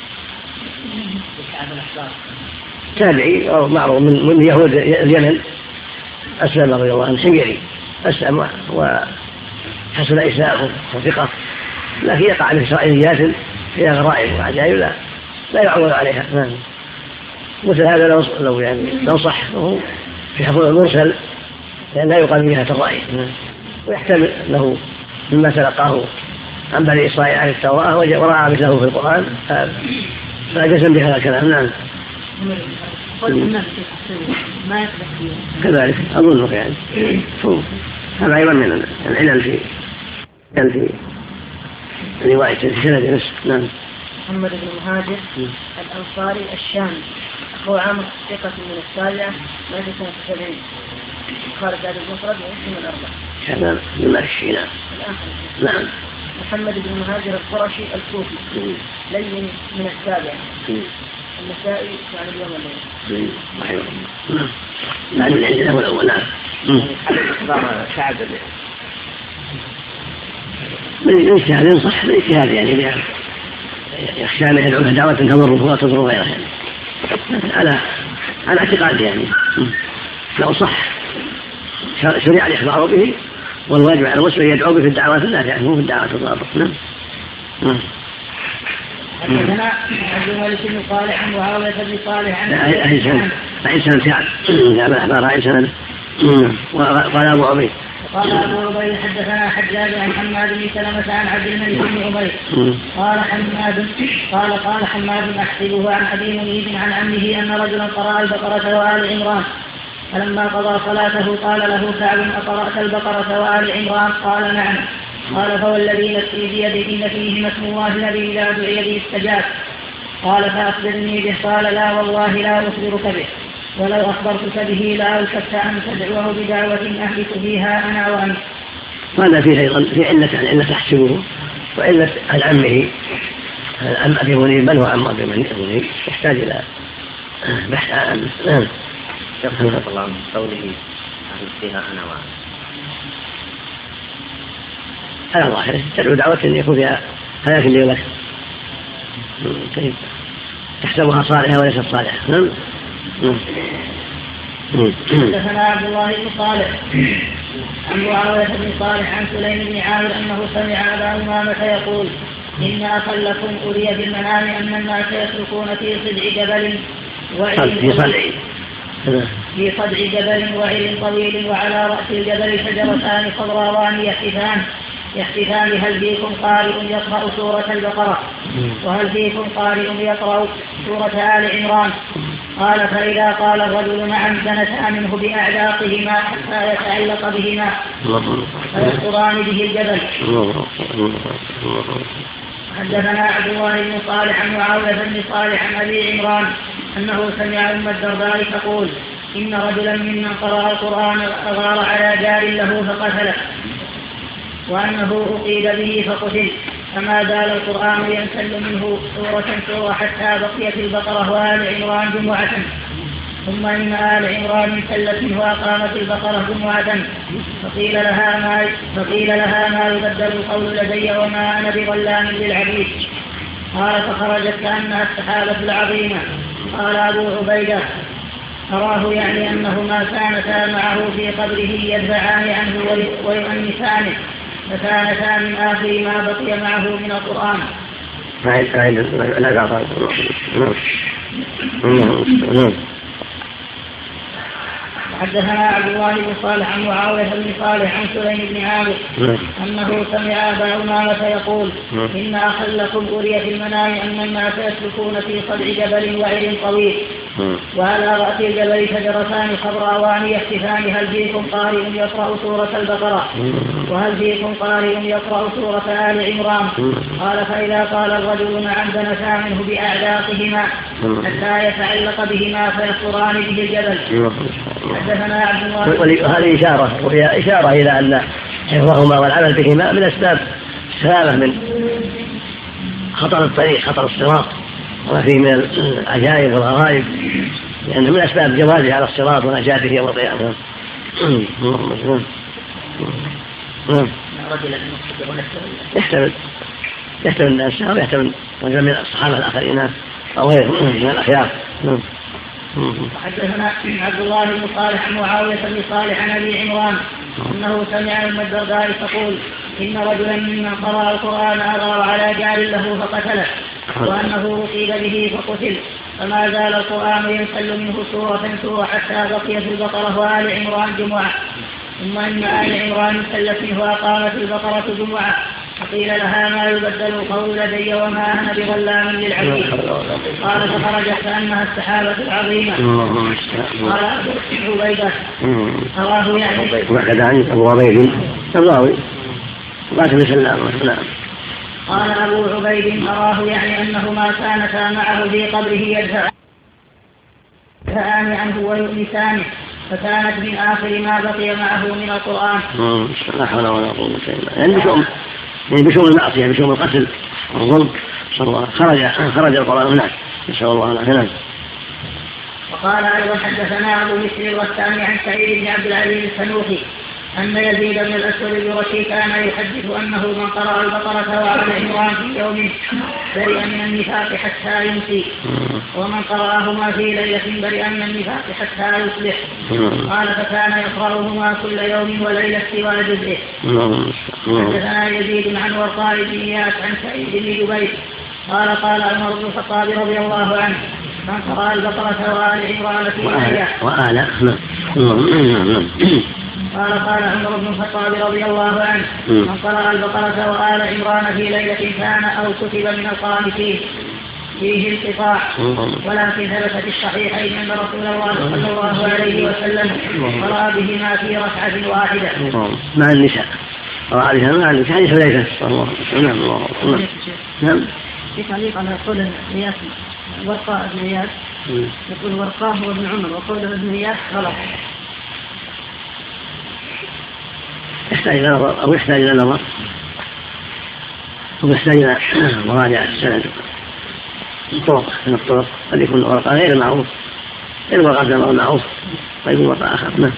تابعي أو معروف من, من يهود اليمن، أسلم رضي الله عنه حميري، أسلم وحسن إسلامه وثقة، لكن يقع من إسرائيليات فيها غرائب وعجائب لا لا يعول عليها. نعم. مثل هذا لو, لو يعني لو صح في حفظ المرسل لأن لا يقال من جهة الرأي، ويحتمل أنه مما تلقاه عن بني إسرائيل عن التوراة ورأى مثله في القرآن فجزم بهذا الكلام. نعم. كذلك أظنه يعني هذا أيضا من العلل في في رواية في سند نفسه. نعم. محمد بن مهاجر الأنصاري الشامي، هو عامل ثقة من السابعة مات سنة سبعين، خارج هذا المفرد ومسلم الأربعة. كان من الشينا. نعم. محمد بن مهاجر القرشي الكوفي لين من السابعة. النسائي يعني اليوم الليل. نعم. نعم. العلم الأول. نعم. شعب من اجتهاد صح، من اجتهاد يعني يخشى أن يدعو دعوة تضره وتضر غيره يعني على على اعتقاد يعني لو صح شريع الإخبار به، والواجب على المسلم يدعو به في الدعوات النافعة مو في الدعوات الضارة. نعم. حدثنا عبد الملك بن صالح عن معاوية بن صالح عن أي سنة سعد قال أخبار أي سنة. وقال أبو عبيد قال أبو عبيد حدثنا حجاج عن حماد بن سلمة عن عبد الملك بن عبيد قال حماد قال قال حماد أحسبه عن أبي منيب عن عمه أن رجلا قرأ البقرة وآل عمران، فلما قضى صلاته قال له كعب أقرأت البقرة وآل عمران؟ قال نعم. قال فوالذي نفسي بيده إن فيهما اسم الله الذي إذا دعي به استجاب. قال فأخبرني به. قال لا والله لا أخبرك به، ولو أخبرتك به لا أشكت أن تدعوه بدعوة أهلك فيها أنا وأنت. هذا فيه أيضا في علة علة تحسبه وعلة عن عمه عن أبي منيب، بل هو عم أبي منيب يحتاج إلى بحث عنه. نعم. يقول الله عن قوله أهل فيها أنا وأنت على ظاهره تدعو دعوة يكون فيها هلاك لي ولك، طيب تحسبها صالحة وليست صالحة. حدثنا عبد الله بن صالح عن معاوية بن صالح عن سليم بن عامر أنه سمع أبا أمامة يقول إن أخا لكم أري بالمنام أن الناس يسلكون في صدع جبل في صدع في صدع جبل وعر طويل، وعلى رأس الجبل شجرتان خضراوان يحتفان يحتفان هل فيكم قارئ يقرأ سورة البقرة وهل فيكم قارئ يقرأ سورة آل عمران؟ قال فإذا قال الرجل نعم زنتا منه بأعداقهما حتى يتعلق بهما فيسقطان به الجبل. حدثنا عبد الله بن صالح عن معاوية بن صالح عن أبي عمران أنه سمع أم الدرداء تقول إن رجلا ممن قرأ القرآن أغار على جار له فقتله. وأنه أقيد به فقتل، فما زال القرآن ينسل منه سورة سورة حتى بقيت البقرة وآل عمران جمعة، ثم إن آل عمران انسلت منه وأقامت البقرة جمعة، فقيل لها ما فقيل لها ما يبدل القول لدي وما أنا بظلام للعبيد. قال فخرجت كأنها السحابة العظيمة. قال أبو عبيدة أراه يعني أنهما كانتا معه في قبره يدفعان عنه ويؤنسانه، فكانتا من آخر ما بقي معه من القرآن. حدثنا عبد الله بن صالح عن معاوية بن صالح عن سليم بن عامر أنه سمع أبا أمامة يقول إن أخا لكم أري في المنام أن الناس يسلكون في صدع جبل وعر طويل، وعلى رأس الجبل شجرتان خضراوان يختفان، هل فيكم قارئ يقرأ سورة البقرة وهل فيكم قارئ يقرأ سورة آل عمران؟ قال فإذا قال الرجل نعم دنسا منه بأعلاقهما حتى يتعلق بهما فيخطران به الجبل. حدثنا عبد الله. هذه إشارة وهي إشارة إلى أن حفظهما والعمل بهما من أسباب السلامة من خطر الطريق، خطر الصراط وما فيه من العجائب والغرائب، لأنه من أسباب جوازه على الصراط ونجاته يوم القيامة. يحتمل يحتمل الناس أو يحتمل رجل من الصحابة الآخرين أو غيرهم من الأخيار. حدثنا عبد الله بن صالح عن معاوية بن صالح عن أبي عمران أنه سمع أم الدرداء تقول إن رجلا ممن قرأ القرآن أغار على جار له فقتله، وأنه أصيب به فقتل، فما زال القرآن ينسل منه سورة سورة حتى بقيت البقرة وآل عمران جمعة، ثم إن آل عمران انسلت منه وأقامت البقرة جمعة، فقيل لها ما يبدل القول لدي وما أنا بظلام للعبيد. قال فخرجت كأنها السحابة العظيمة. قال أبو عبيدة أراه يعني وكذا عن أبو عبيد الراوي قاتل سلام. قال أبو عبيد أراه يعني أنهما كانتا معه في قبره يدفعان عنه ويؤنسانه، فكانت من آخر ما بقي معه من القرآن. لا حول ولا قوة إلا بالله. يعني بشؤم يعني بشؤم المعصية، بشؤم القتل والظلم خرج خرج القرآن منه، نسأل الله العافية. وقال أيضا حدثنا أبو بكر الغساني عن سعيد بن عبد العزيز السنوخي أن يزيد بن الأسود الجرشي كان يحدث أنه من قرأ البقرة وآل عمران في يوم برئ من النفاق حتى يمسي، ومن قرأهما في ليلة برئ من النفاق حتى يصبح. قال فكان يقرأهما كل يوم وليلة سوى جزئه. حدثنا يزيد عن ورقاء بن إياس عن سعيد بن جبير قال قال عمر بن الخطاب رضي الله عنه من قرأ البقرة وآل عمران في ليلة وآل قال قال عمر بن الخطاب رضي الله عنه من قرأ البقرة وآل عمران في ليلة كان أو كتب من القانتين فيه انقطاع، ولكن ثبت في الصحيحين أن رسول الله صلى الله عليه وسلم قرأ بهما في ركعة واحدة مع النساء. قرأ بها مع النساء حديث حذيفة. نعم نعم. في تعليق على قول إياس ورقاء بن إياس يقول ورقاه هو ابن عمر وقول ابن إياس غلط. يحتاج إلى نظر أو يحتاج إلى نظر ويحتاج إلى مراجعة السند الطرق من الطرق، قد يكون ورقة غير معروف غير ورقة غير معروف قد يكون ورقة آخر. نعم.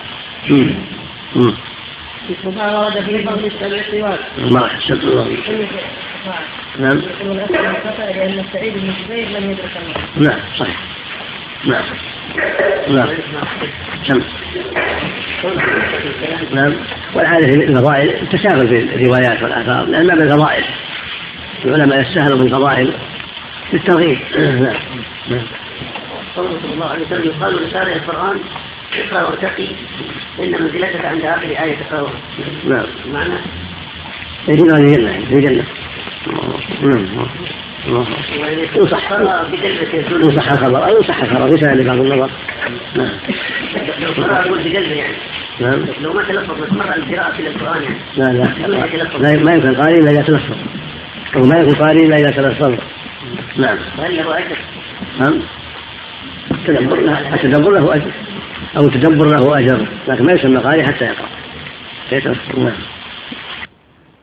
ما ورد في فضل السبع الطوال. ما حسب الله. نعم. لأن سعيد بن جبير لم يدرك الموت. نعم صحيح. نعم. نعم. سمع. نعم. والعادة في الفضائل التساهل في الروايات والآثار، لأن ما بالفضائل العلماء يستاهلوا في الفضائل بالترغيب. نعم. نعم. قوله صلى الله عليه وسلم يقال لسارع القرآن اقرأ وارتقي إن منزلتك عند آخر آية تقرأها. نعم. معنى في الجنة في الجنة. نعم. يصح يصح الخبر أو يصح الخبر ليس لبعض النظر. نعم. أقول بقلبه يعني. نعم. لو ما تلفظ مرة القراءة في القرآن يعني. لا لا. لا ما يمكن قارئ إلا إذا تلفظ. أو ما يمكن قارئ إلا إذا تلفظ. نعم. وهل له أجر؟ نعم. تدبر له التدبر له أجر أو تدبر له أجر، لكن ما يسمى قارئ حتى يقرأ. كيف؟ نعم.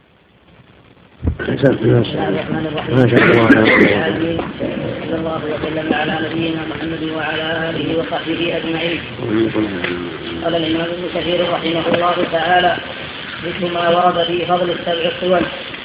الرحمن الرحيم. صلى الله وسلم على نبينا محمد وعلى آله وصحبه أجمعين. قال الإمام ابن كثير رحمه الله تعالى: مثل ما ورد في فضل السبع الطول.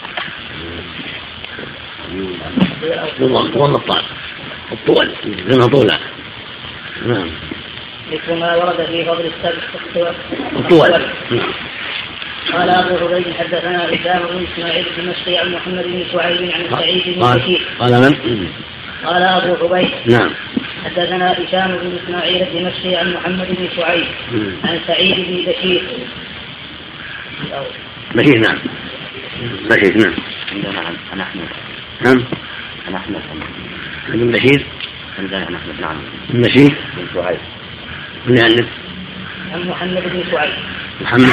والله الطول الطول لما طولا. نعم. مثل ما ورد في فضل السبع الطول. قال أبو عبيد حدثنا هشام بن إسماعيل الدمشقي عن محمد بن شعيب عن سعيد بن بشير. قال من؟ قال أبو عبيد نعم حدثنا هشام بن إسماعيل الدمشقي عن محمد بن شعيب عن سعيد بن بشير. بشير نعم بشير نعم أنا أحمد نعم أنا أحمد بن بشير أنا أحمد نعم بن بشير بن شعيب من يعلم عن محمد بن شعيب محمد.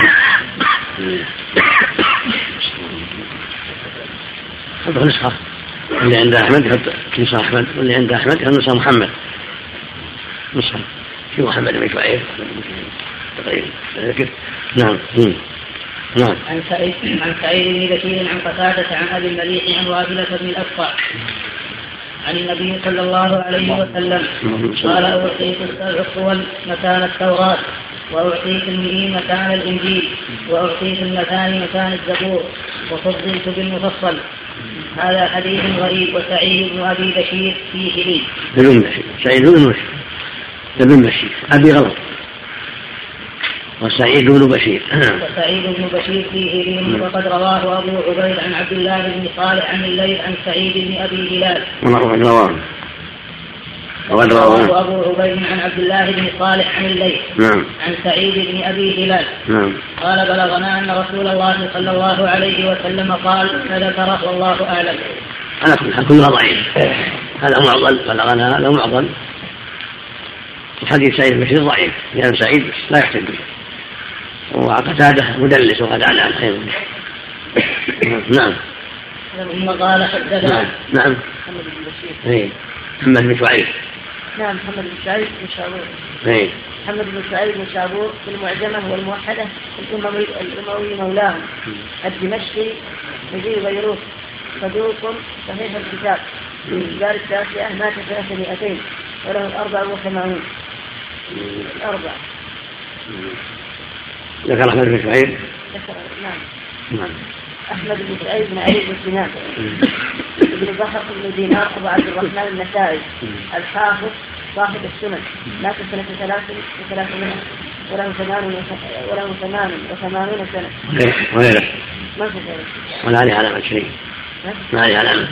حط نسخة اللي عند أحمد يحط نسخة أحمد واللي عند أحمد يحط نسخة محمد. نسخة في محمد بن شعيب تقريبا. نعم نعم. عن سعيد عن سعيد بن بشير عن قتادة عن أبي المليح عن واثلة بن الأسقع عن النبي صلى الله عليه وسلم قال: أعطيت السبع الطول مكان التوراة، وأعطيت المئين مكان الإنجيل، وأعطيت المثاني مكان الزبور، وفضلت بالمفصل. هذا حديث غريب. وسعيد بن أبي بشير فيه لي. بن بشير سعيد بن بشير بن بشير أبي غلط. وسعيد بن بشير وسعيد بن بشير فيه لي. وقد رواه أبو عبيد عن عبد الله بن صالح عن الليث عن سعيد بن أبي هلال. وقد رواه وقد رواه أبو عبيد عن عبد الله بن صالح عن الليث نعم عن سعيد بن أبي هلال. نعم. قال: بلغنا أن رسول الله صلى الله عليه وسلم قال فذكره والله أعلم. أنا كلها ضعيف. هذا معضل بلغنا هذا معضل. وحديث سعيد بن بشير ضعيف لأن سعيد لا يحتج به، وقتادة مدلس وقد عن عن خير. نعم. ثم قال: حدثنا نعم نعم محمد بن بشير. اي محمد بن شعيب. نعم محمد بن شعيب بن شابور. اي محمد بن شعيب بن شابور في المعجمة والموحدة الأموي الأموي مولاهم الدمشقي مجيء بيروت صدوق صحيح الكتاب في الدار التاسعة مات سنة مئتين وله الأربع وثمانون. الأربع. ذكر أحمد بن شعيب. ذكر نعم. نعم. أحمد بن شعيب بن علي بن سنان ابن بحر بن دينار أبو عبد الرحمن النسائي الحافظ صاحب السنن مات سنة ثلاث وثلاثمائة وله ثمان وله ثمان وثمانون سنة. وغيره. ما في غيره. ولا عليه علامة شريك. ما عليه علامة.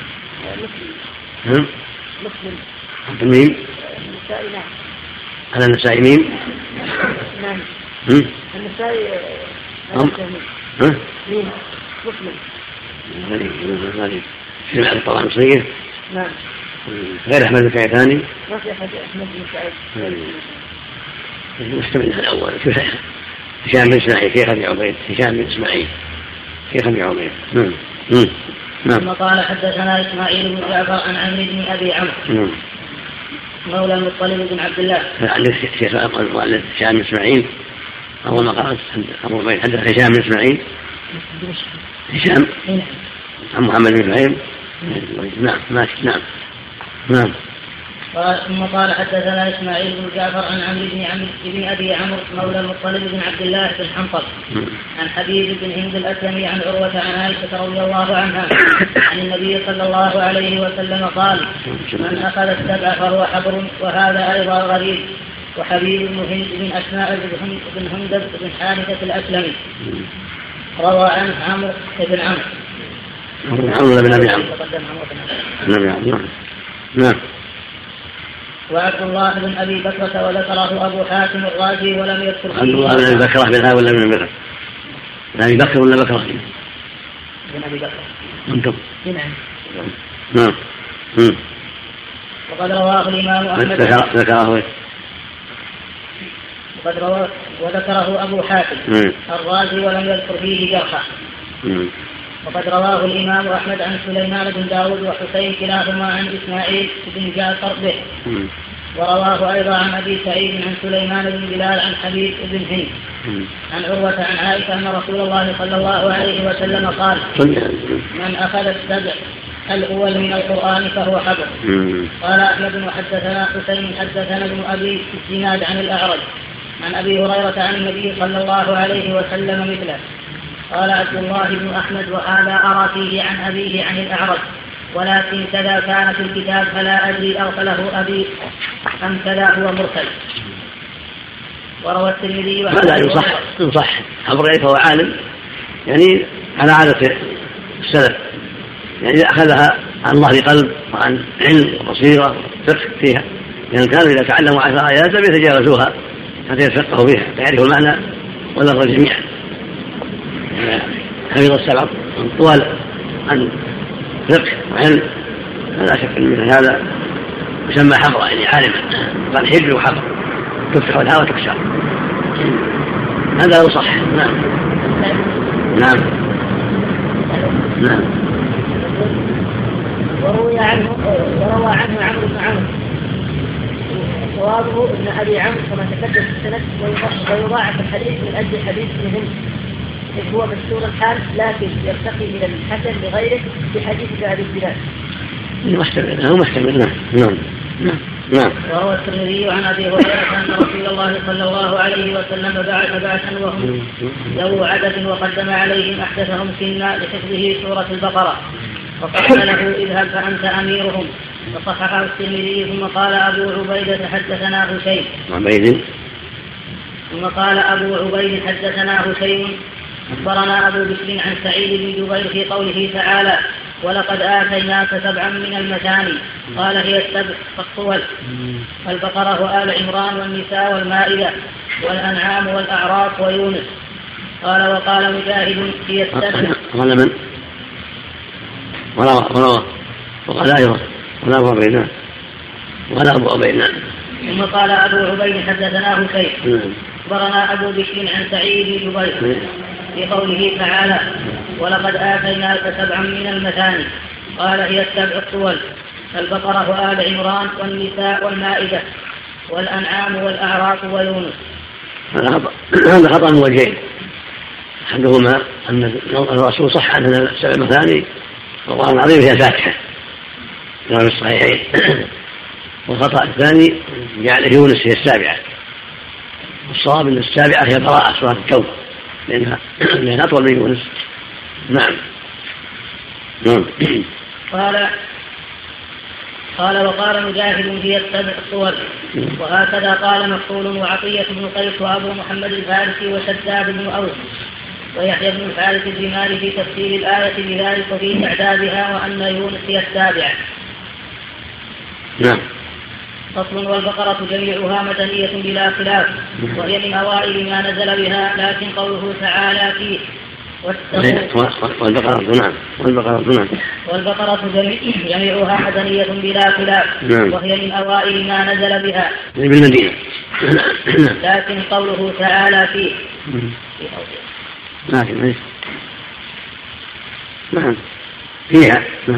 مسلم. مسلم. عبد الميم. النسائي نعم. على النسائي ميم. نعم. النسائي. هم. ها؟ مين؟ مسلم. غريب غريب. في بعض الطبعة المصرية. نعم. غير أحمد بن شعيب ثاني. ما في أحد أحمد بن شعيب. مستمع الأول. هشام بن إسماعيل شيخ أبي عبيد. هشام بن إسماعيل شيخ أبي عبيد. نعم. ثم قال: حدثنا إسماعيل بن جعفر عن عمرو بن أبي عمرو مولى المطلب بن عبد الله. الشيخ المؤلف هشام بن إسماعيل أول ما قرأت أبو عبيد حدث هشام بن إسماعيل. هشام عن محمد بن شعيب. نعم ماشي. نعم نعم. ثم قال: حدثنا إسماعيل بن جعفر عن عمرو بن عمرو بن أبي عمرو مولى المطلب بن عبد الله بن حنطب عن حبيب بن هند الأسلمي عن عروة عن عائشة رضي الله عنها عن النبي صلى الله عليه وسلم قال: من أخذ السبع فهو حبر. وهذا أيضا غريب. وحبيب بن هند بن أسماء بن هندب بن حارثة الأسلمي روى عنه عمرو بن عمرو عمرو بن أبي عمرو. نعم نعم. وعبد الله بن أبي بكرة وذكره أبو حاتم الرازي ولم يذكر فيه. عبد الله بن أبي بكرة بالها ولا من بكرة؟ بن أبي بكر ولا بكرة؟ بن أبي بكرة. أنتم. نعم. نعم. وقد رواه الإمام أحمد. ذكره وقد رواه وذكره أبو حاتم الرازي ولم يذكر فيه جرحا. وقد رواه الإمام أحمد عن سليمان بن داود وحسين كلاهما عن إسماعيل بن جعفر به ورواه أيضا عن أبي سعيد عن سليمان بن بلال عن حبيب بن هند عن عروة عن عائشة أن رسول الله صلى الله عليه وسلم قال: من أخذ السبع الأول من القرآن فهو حفظ. قال أحمد وحدثنا حسين حدثنا ابن أبي الزناد عن الأعرج عن أبي هريرة عن النبي صلى الله عليه وسلم مثله. قال عبد الله بن أحمد: وهذا أرى فيه عن أبيه عن الأعرج، ولكن كذا كان في الكتاب فلا أدري أرسله أبي أم كذا هو مرسل. وروى الترمذي هذا يصح يصح أبو فهو عالم يعني على عادة السلف، يعني أخذها عن ظهر قلب وعن علم وبصيرة وفقه فيها، لأن كانوا إذا تعلموا عشر آيات لم يتجاوزوها حتى يتفقهوا فيها فيعرفوا المعنى واللفظ جميعا. حفظ السبع طوال عن فقه وعلم لا شك من هذا يسمى حفظا، يعني عالما قال حفظ وحفظ تفتح الهاء وتكسر. هذا يصح. نعم نعم نعم. وروي عنه وروى عنه عمرو بن عمرو صوابه ابن ابي عمرو كما تقدم في السند، ويضاعف الحديث من اجل حديث مهم إذ هو مشهور الحال لكن يرتقي الى الحسن لغيره بحديث ابي الزناد. محتمل هو محتمل. نعم نعم نعم نعم. وروى الترمذي عن ابي هريره ان رسول الله صلى الله عليه وسلم بعث بعثا وهم ذو عدد وقدم عليهم احدثهم سنا لحفظه سوره البقره، وقال له: اذهب فانت اميرهم. فصححه الترمذي. ثم قال ابو عبيده حدثنا هشيم عبيد ثم قال ابو عبيد حدثنا هشيم اخبرنا ابو بكر عن سعيد بن جبير في قوله تعالى: ولقد آتيناك سبعا من المثاني. قال: هي السبع الطول: البقرة وآل عمران والنساء والمائدة والأنعام والأعراف ويونس. قال: وقال مجاهد: هي السبع. قال من؟ وروى وروى وقال أيضا ولا أبو عبيد ولا أبو عبيد. ثم قال أبو عبيد حدثنا هشيم أخبرنا أبو بكر عن سعيد بن جبير في قوله تعالى: ولقد آتيناك سبعا من المثاني. قال: هي السبع الطول: البقرة وآل عمران والنساء والمائدة والأنعام والأعراف ويونس. هذا خطأ من وجهين: أحدهما أن الرسول صح أن السبع مثاني القرآن العظيم هي الفاتحة كما في الصحيحين، والخطأ الثاني جعل يونس هي السابعة. الصواب أن السابعة هي براءة سورة التوبة لأنها لأنها أطول من يونس. نعم نعم. قال قال وقال مجاهد: هي السبع الصور. وهكذا قال مقتول وعطية بن قيس وأبو محمد الفارسي وشداد بن أوس ويحيى بن الحارث الجمالي في تفسير الآية بذلك وفي تعدادها وأن يونس هي السابعة. نعم. فصل: والبقرة جميعها مدنية بلا خلاف، وهي من أوائل ما نزل بها، لكن قوله تعالى فيه والبقرة نعم والبقرة نعم والبقرة جميعها مدنية بلا خلاف، وهي من أوائل ما نزل بها بالمدينة، لكن قوله تعالى فيه لكن نعم فيها نعم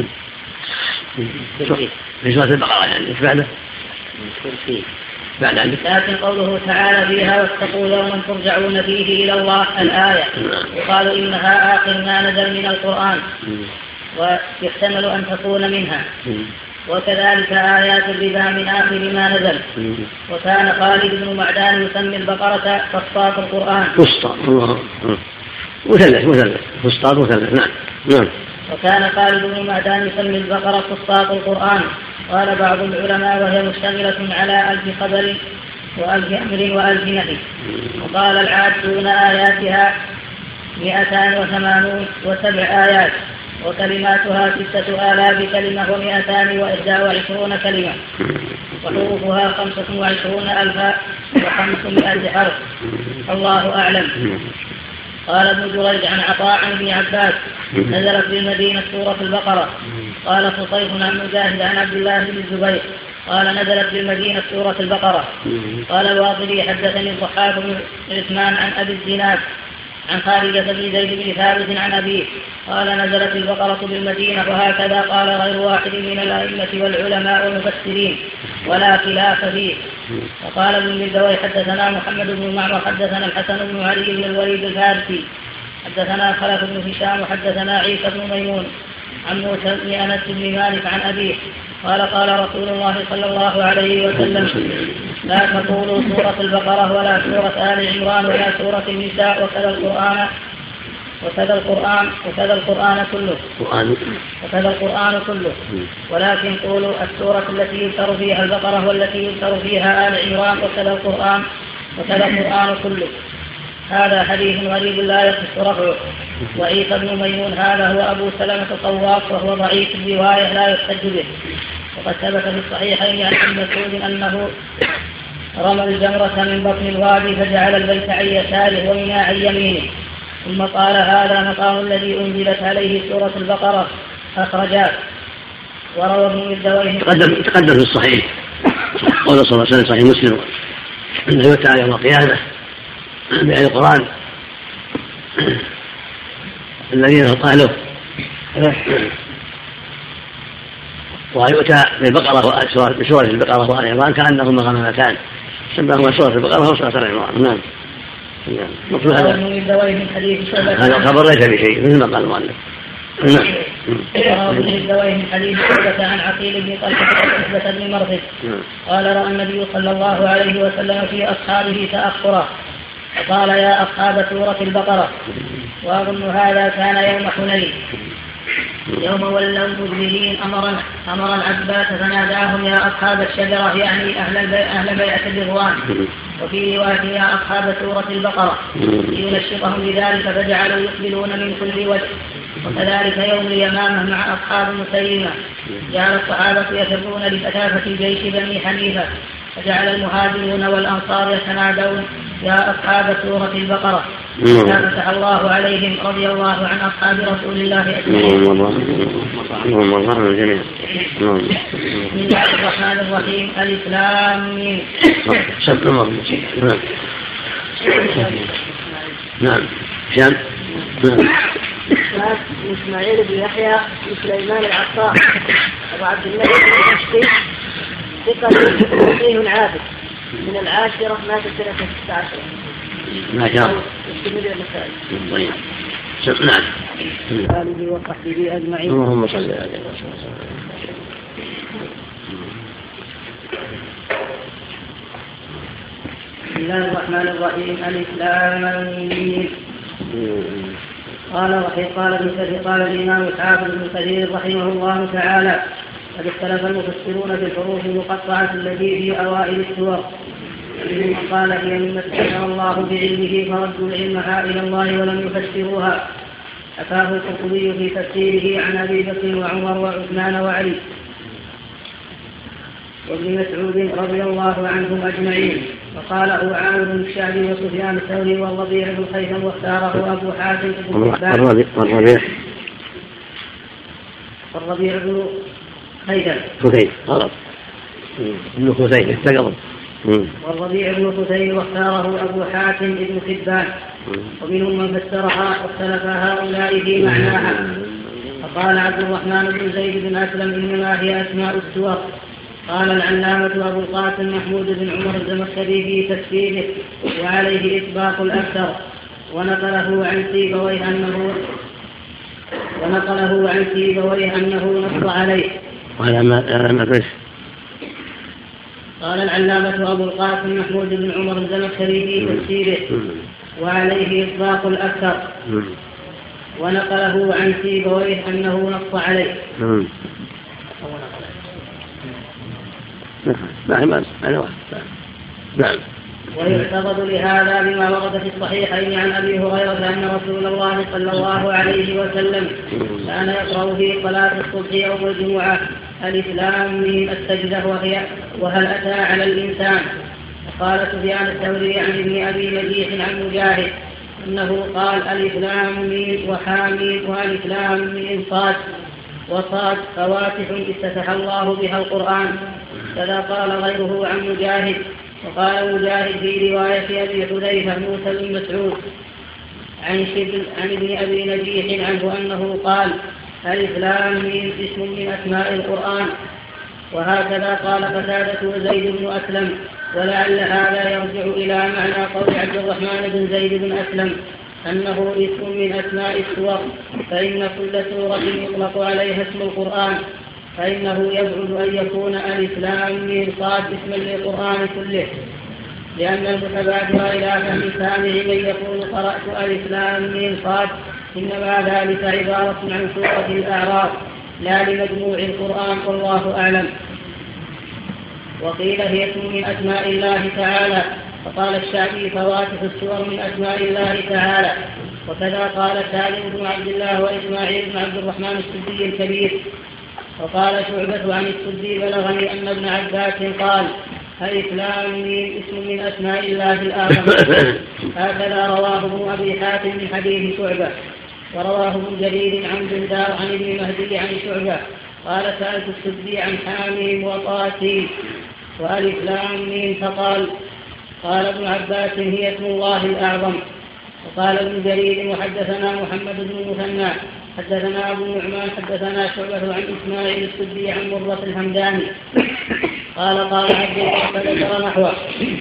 في سورة البقرة يعني ايش بعده؟ بعد عندك. لكن قوله تعالى فيها: واتقوا يوما ترجعون فيه إلى الله الآية. وقالوا إنها آخر ما نزل من القرآن ويحتمل أن تكون منها، وكذلك آيات الربا من آخر ما نزل. وكان خالد بن معدان يسمي البقرة فسطاط القرآن. فسطاط الله مثلث مثلث فسطاط مثلث. نعم نعم. وكان خالد بن معدان يسمي البقرة فسطاط القرآن. قال بعض العلماء: وهي مشتملة على ألف خبر وألف أمر وألف نهي. وقال العادون: آياتها مئتان وثمانون وسبع آيات، وكلماتها ستة آلاف كلمة ومئتان وإحدى وعشرون كلمة، وحروفها خمسة وعشرون ألفا وخمسمائة حرف. الله أعلم. قال ابن جريج عن عطاء عن ابن عباس: نزلت بالمدينة سورة البقرة. قال فصيح عن مجاهد عن عبد الله بن الزبير قال: نزلت بالمدينة سورة البقرة. قال الواصلي: حدثني الضحاك بن عثمان عن أبي الزناد عن خارجة بن زيد بن ثابت عن أبيه قال نزلت البقرة بالمدينة وهكذا قال غير واحد من الأئمة والعلماء والمفسرين ولا خلاف فيه. وقال ابن مردوي حدثنا محمد بن معمر حدثنا الحسن بن علي بن الوليد الفارسي حدثنا خلف بن هشام حدثنا عيسى بن ميمون عن موسى بن أنس بن مالك عن أبيه قال قال رسول الله صلى الله عليه وسلم لا تقولوا سورة البقرة ولا سورة آل عمران ولا سورة النساء وكذا القرآن وكذا القرآن وكذا القرآن كله وكذا القرآن كله ولكن قولوا السورة التي يذكر فيها البقرة والتي يذكر فيها آل عمران وكذا القرآن وكذا القرآن كله. هذا حديث غريب لا يصح رفعه. وعيسى بن ميمون هذا هو أبو سلمة الطواف وهو ضعيف الرواية لا يحتج به. وقد ثبت في الصحيحين عن ابن مسعود أنه رمى الجمرة من بطن الوادي فجعل البيت عن يساره ومناء عن يمينه ثم قال هذا مقام الذي أنزلت عليه سورة البقرة أخرجاه. وروى ابن مردويه تقدم تقدم في الصحيح قول صلى الله عليه وسلم صحيح مسلم أنه يؤتى يوم القيامة بآية القرآن الذين قالوا ويؤتى بالبقرة بسورة البقرة وآل عمران كأنهما غمامتان سماهما سورة البقرة وسورة آل عمران. نعم مطلوب هذا هذا الخبر ليس بشيء مثل ما قال المؤلف. نعم. وابن الدويه من حديث ثبت عن عقيل بن طلحة بن مرثد قال رأى النبي صلى الله عليه وسلم في أصحابه تأخرا فقال يا أصحاب سورة البقرة. وأظن هذا كان يوم حنين يوم ولوا مدبرين أمرا أمر العباس فناداهم يا أصحاب الشجرة يعني أهل أهل بيعة الرضوان. وفي رواية يا أصحاب سورة البقرة لينشطهم بذلك فجعلوا يقبلون من كل وجه. وكذلك يوم اليمامة مع أصحاب مسيلمة جعل الصحابة يفرون لكثافة جيش بني حنيفة فجعل المهاجرون والأنصار يتنادون يا أصحاب سورة البقرة فتح الله عليهم رضي الله عن أصحاب رسول الله أجمعين. بسم الله الرحمن الرحيم. الإسلام نعم شام إسماعيل بن يحيى وسليمان العطار أبو عبد الله بن مشكي ثقة فقيه عابد من العاشرة مات سنة ستة عشر. ما شاء الله. نعم. آله وصحبه أجمعين. اللهم صل على سيدنا. بسم الله الرحمن الرحيم. الإسلام قال وحي قال ابن كثير قال الإمام الحافظ ابن كثير رحمه الله تعالى قد اختلف المفسرون في الحروف المقطعة التي في أوائل السور منهم من قال هي مما استثنى الله بعلمه فردوا علمها إلى الله ولم يفسروها. حكاه القرطبي في تفسيره عن أبي بكر وعمر وعثمان وعلي وابن مسعود رضي الله عنهم أجمعين. وقاله عامر بن الشعبي وسفيان الثوري والربيع بن خيثم واختاره أبو حاتم بن حبان والربيع والربيع بن خيثم خثيم غلط ابن خثيم استقبل والربيع بن خثيم واختاره أبو حاتم بن حبان ومنهم من فسرها واختلف هؤلاء في معناها. فقال عبد الرحمن بن زيد بن أسلم إنما هي أسماء السور. قال العلامة أبو القاسم محمود بن عمر الزمخشري في تفسيره وعليه إطباق الأكثر ونقله عن سيبويه أنه ونقله عن سيبويه أنه نص عليه. وهذا ما فيش. قال العلامة أبو القاسم محمود بن عمر الزمخشري في تفسيره وعليه إطباق الأكثر ونقله عن سيبويه أنه نص عليه. نعم نعم. ويعتقد لهذا بما ورد في الصحيحين عن أبي هريرة أن رسول الله صلى الله عليه وسلم كان يقرأ في صلاة الصبح يوم الجمعة الإسلام من السجدة وهي وهل أتى على الإنسان. وقال سفيان الثوري عن ابن أبي مجيح عن مجاهد أنه قال الإسلام من وحامين والإسلام من صاد وصاد فواتح استفتح الله بها القرآن. كذا قال غيره عن مجاهد. وقال مجاهد في رواية أبي حذيفة موسى بن مسعود عن شبل عن ابن أبي نجيح عنه أنه قال ألف لام ميم اسم من أسماء القرآن. وهكذا قال قتادة وزيد بن أسلم، ولعل هذا يرجع إلى معنى قول عبد الرحمن بن زيد بن أسلم أنه اسم من أسماء السور، فإن كل سورة يطلق عليها اسم القرآن، فإنه يبعد أن يكون ألف لام ميم صاد اسما للقرآن كله، لأن المتبادر إلى فهم سامع من يقول قرأت ألف لام ميم صاد إنما ذلك عبارة عن سورة الأعراف لا لمجموع القرآن، والله أعلم. وقيل هي اسم من أسماء الله تعالى، فقال الشافعي فواتح السور من أسماء الله تعالى، وكذا قال سالم بن عبد الله وإسماعيل بن عبد الرحمن السدي الكبير. وقال شعبة عن السدي بلغني أن ابن عباس قال ألف لام ميم اسم من أسماء الله الأعظم. هكذا رواه ابن أبي حاتم من حديث شعبة. ورواه ابن جرير عن بندار عن ابن مهدي عن شعبة قال سألت السدي عن حاميم وطاسين وألف لام ميم فقال قال ابن عباس هي اسم الله الأعظم. وقال ابن جرير وحدثنا محمد بن المثنى حدثنا أبو نعمان حدثنا شعبة عن إسماعيل السدي عن مرة الحمداني قال قال عبد الله فذكر نحوه.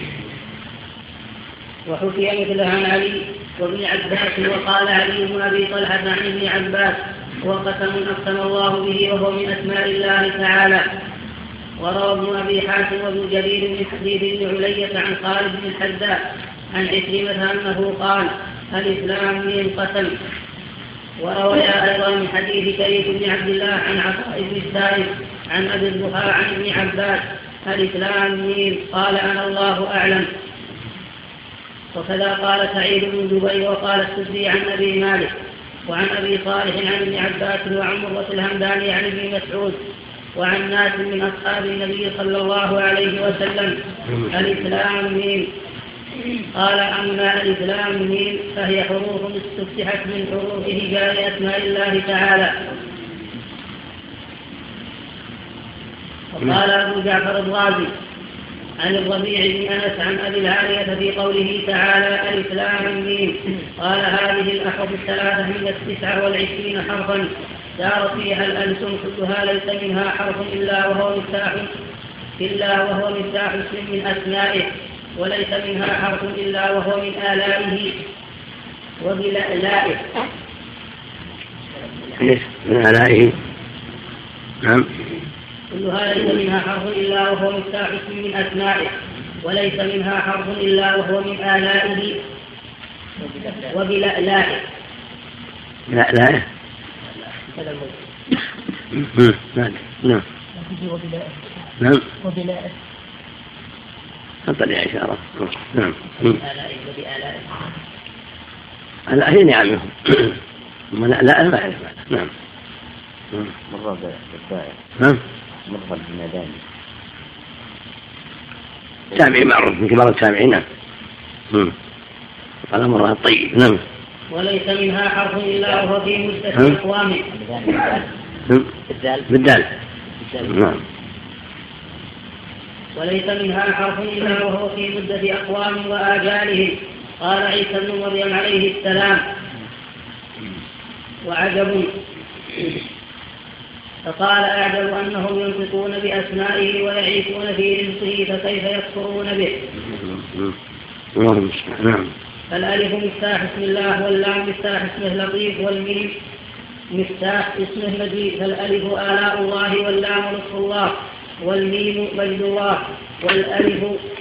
وحكي مثله عن علي وابن عباس. وقال علي بن أبي طلحة عن ابن عباس وقسم أقسم الله به وهو من أسماء الله تعالى. وروى ابن أبي حاتم وابن جرير من حديث ابن علية عن خالد بن الحذاء عن عكرمة أنه قال ألف لام ميم قسم. وروى أيضا من حديث كريم بن عبد الله عن عطاء بن السائب عن أبي الضحى عن ابن عباس ألف لام ميم قال أنا الله أعلم. وكذا قال سعيد بن جبير وقال السدي عن أبي مالك وعن أبي صالح عن ابن عباس وعن مرة الهمداني عن ابن مسعود وعن ناس من أصحاب النبي صلى الله عليه وسلم ألف لام ميم. قال أما ألف لام ميم فهي حروف استفتحت من حروف هجاء أسماء الله تعالى. وقال أبو جعفر الرازي عن الربيع بن أنس عن أبي العالية في قوله تعالى ألف لام ميم قال هذه الأحرف الثلاثة من التسعة والعشرين حرفا دار فيها الألسن كلها ليس منها حرف إلا وهو مفتاح إلا وهو مفتاح اسم من أسمائه، وليس منها حرف إلا وهو من آلائه وبلائه. من آلائه نعم. كلها ليس منها حرف إلا وهو مفتاح اسم من أسمائه، وليس منها حرف إلا وهو من آلائه وبلائه. بلائه نعم نعم نعم وبلائه أنطلع إشارة نعم على هي نعمهم لا لا ما أعرف نعم مرة بالدائر نعم مرة بالمداني تابعي معروف من كبار التابعين نعم قال مرة الطيب نعم. وليس منها حرف إلا وهو في مدة أقوام بالدال نعم. وليس منها حرف إلا وهو في مدة أقوام وآجالهم. قال عيسى بن مريم عليه السلام وعجب فقال أعجب أنهم ينطقون بأسمائه ويعيشون في رزقه فكيف يكفرون به. نعم. فالألف مفتاح اسم الله واللام مفتاح اسمه لطيف والميم مفتاح اسمه مجيد. فالألف آلاء الله واللام لطف الله والميم مجد الله والألف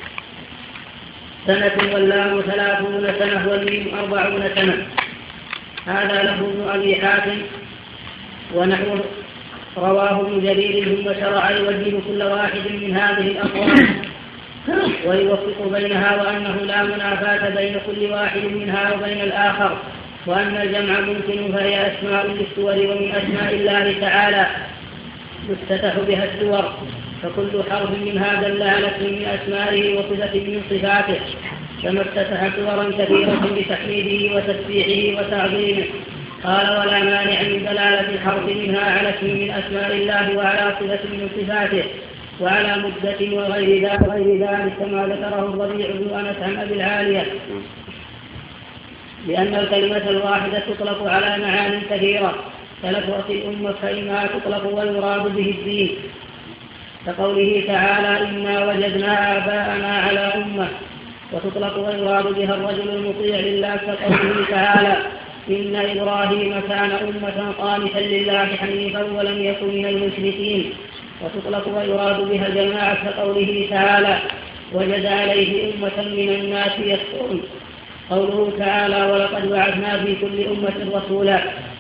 سنة واللام ثلاثون سنة والميم أربعون سنة. هذا له ابن أبي حاتم ونحوه رواه ابن جرير ثم شرع يوجه كل واحد من هذه الأقوال ويوفق بينها وأنه لا منافاة بين كل واحد منها وبين الآخر، وأن الجمع ممكن فهي أسماء للسور ومن أسماء الله تعالى يفتتح بها السور، فكل حرف منها دل على اسم من أسمائه وصفة من صفاته، كما افتتح سورا كثيرة بتحميده وتسبيحه وتعظيمه. قال ولا مانع من دلالة الحرف منها على اسم من أسماء الله وعلى صفة من صفاته وعلى مدة وغير ذلك غير ذلك كما ذكره الربيع بن أنس عن أبي العالية. لأن الكلمة الواحدة تطلق على معان كثيرة كلفظة الأمة، فإنها تطلق ويراد به الدين، كقوله تعالى إنا وجدنا آباءنا على أمة، وتطلق ويراد بها الرجل المطيع لله، كقوله تعالى إن إبراهيم كان أمة قانتا لله حنيفا ولم يكن من المشركين، وتطلق ويراد بها الجماعة، كقوله تعالى وجد عليه أمة من الناس يسقون. قوله تعالى ولقد بعثنا في كل أمة رسولا،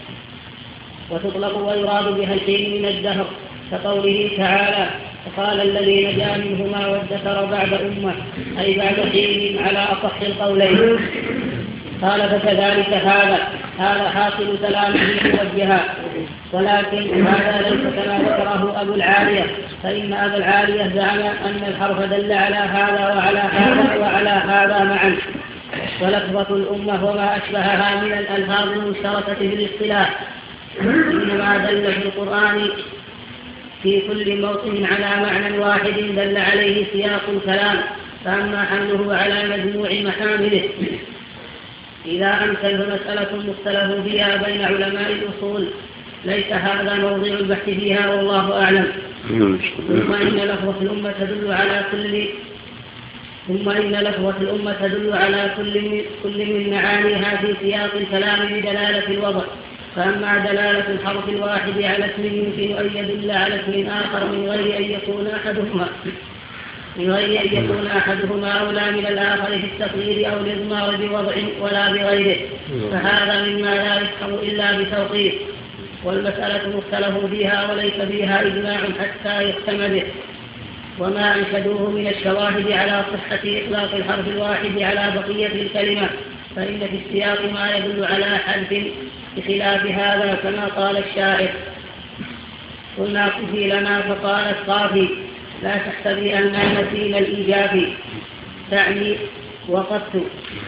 وتطلق ويراد بها الحين من الدهر، كقوله تعالى فقال الذي نجا منهما وادكر بعد أمة، أي بعد حين على أصح القولين. قال فكذلك هذا هذا حاصل كلامه موجها، ولكن هذا ليس كما ذكره أبو العالية، فإن أبا العالية زعم أن الحرف دل على هذا وعلى هذا وعلى هذا معا، ولفظة الأمة وما أشبهها من الألفاظ المشتركة في الاصطلاح إنما دل في القرآن في كل موطن على معنى واحد دل عليه سياق الكلام، فأما حمله على مجموع محامله إذا أمكن مسألة مختلف فيها بين علماء الأصول، ليس هذا موضع البحث فيها والله أعلم. ثم إن لفظة الأمة تدل على كل ثم إن لفظة الأمة تدل على كل من, كل من معانيها في سياق الكلام بدلالة الوضع، فأما دلالة الحرف الواحد على اسم يمكن أن يدل على اسم آخر من غير أن يكون أحدهما من غير أن يكون أحدهما أولى من الآخر في التقدير أو الإضمار بوضع ولا بغيره، فهذا مما لا يفهم إلا بتوقيف، والمسألة مختلف فيها وليس فيها إجماع حتى يحكم به. وما أنشدوه من الشواهد على صحة إطلاق الحرف الواحد على بقية الكلمة، فإن في السياق ما يدل على حذف بخلاف هذا، كما قال الشاعر قلنا كفي لنا فقالت قافي لا تحسبي أننا نسينا الإيجاب، تعني وقفت.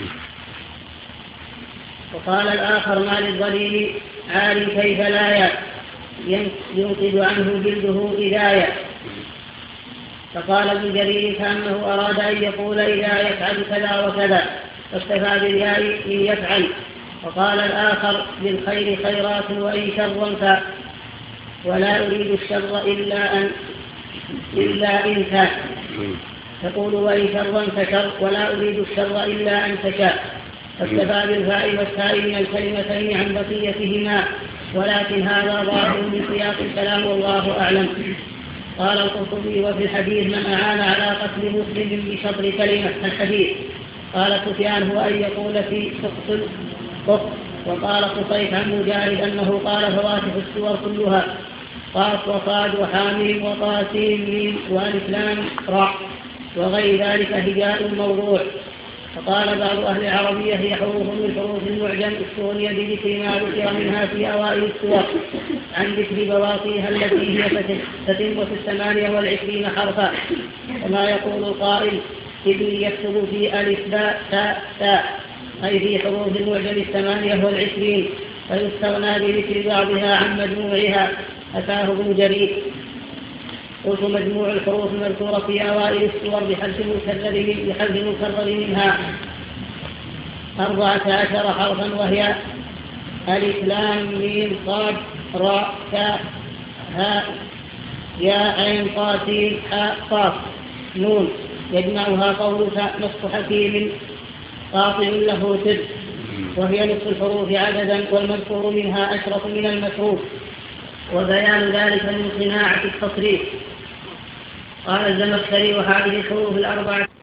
وقال الآخر ما للظليل عالي كيف لا ينقذ عنه جلده إذايا، فقال ابن جرير كأنه أراد أن يقول إذا يفعل كذا وكذا فاكتفى بالياء إن يفعل. وقال الآخر بالخير خيرات وإن شرا ولا أريد الشر إلا أن إلا إن كان، تقول وإن شرا فشر ولا أريد الشر إلا أن تشاء، فاكتفى بالفاء والتاء من الكلمتين عن بقيتهما، ولكن هذا ظاهر من سياق الكلام والله أعلم. قال القرطبي وفي الحديث من أعان على قتل مسلم بشطر كلمة الحديث. قال سفيان هو أن يقول في تقتل قط. وقال قصيف عن مجاهد أنه قال فواتح السور كلها قاف وصاد وحامل وطاسين ميم والإسلام راء وغير ذلك هجاء موضوع. فقال بعض أهل العربية هي حروف من حروف المعجم استغني بذكر ما ذكر منها في أوائل السور عن ذكر بواقيها التي هي تتم في الثمانية والعشرين حرفا، كما يقول القائل ابني يكتب في ألف باء تاء تاء، أي في حروف المعجم الثمانية والعشرين، فيستغنى بذكر بعضها عن مجموعها. أتاه ابن جرير. قلت مجموع الحروف المذكورة في أوائل السور بحذف المكرر منها أربعة عشر حرفا، وهي ألف لام ميم صاد راء تاء هاء ياء عين طاء سين حاء قاف نون، يجمعها قولك نصف حكيم قاطع له سر، وهي نصف الحروف عددا، والمذكور منها أشرف من المشروط، وبيان ذلك من صناعة التصريف. قال الزمخشري وهذه الحروف الأربعة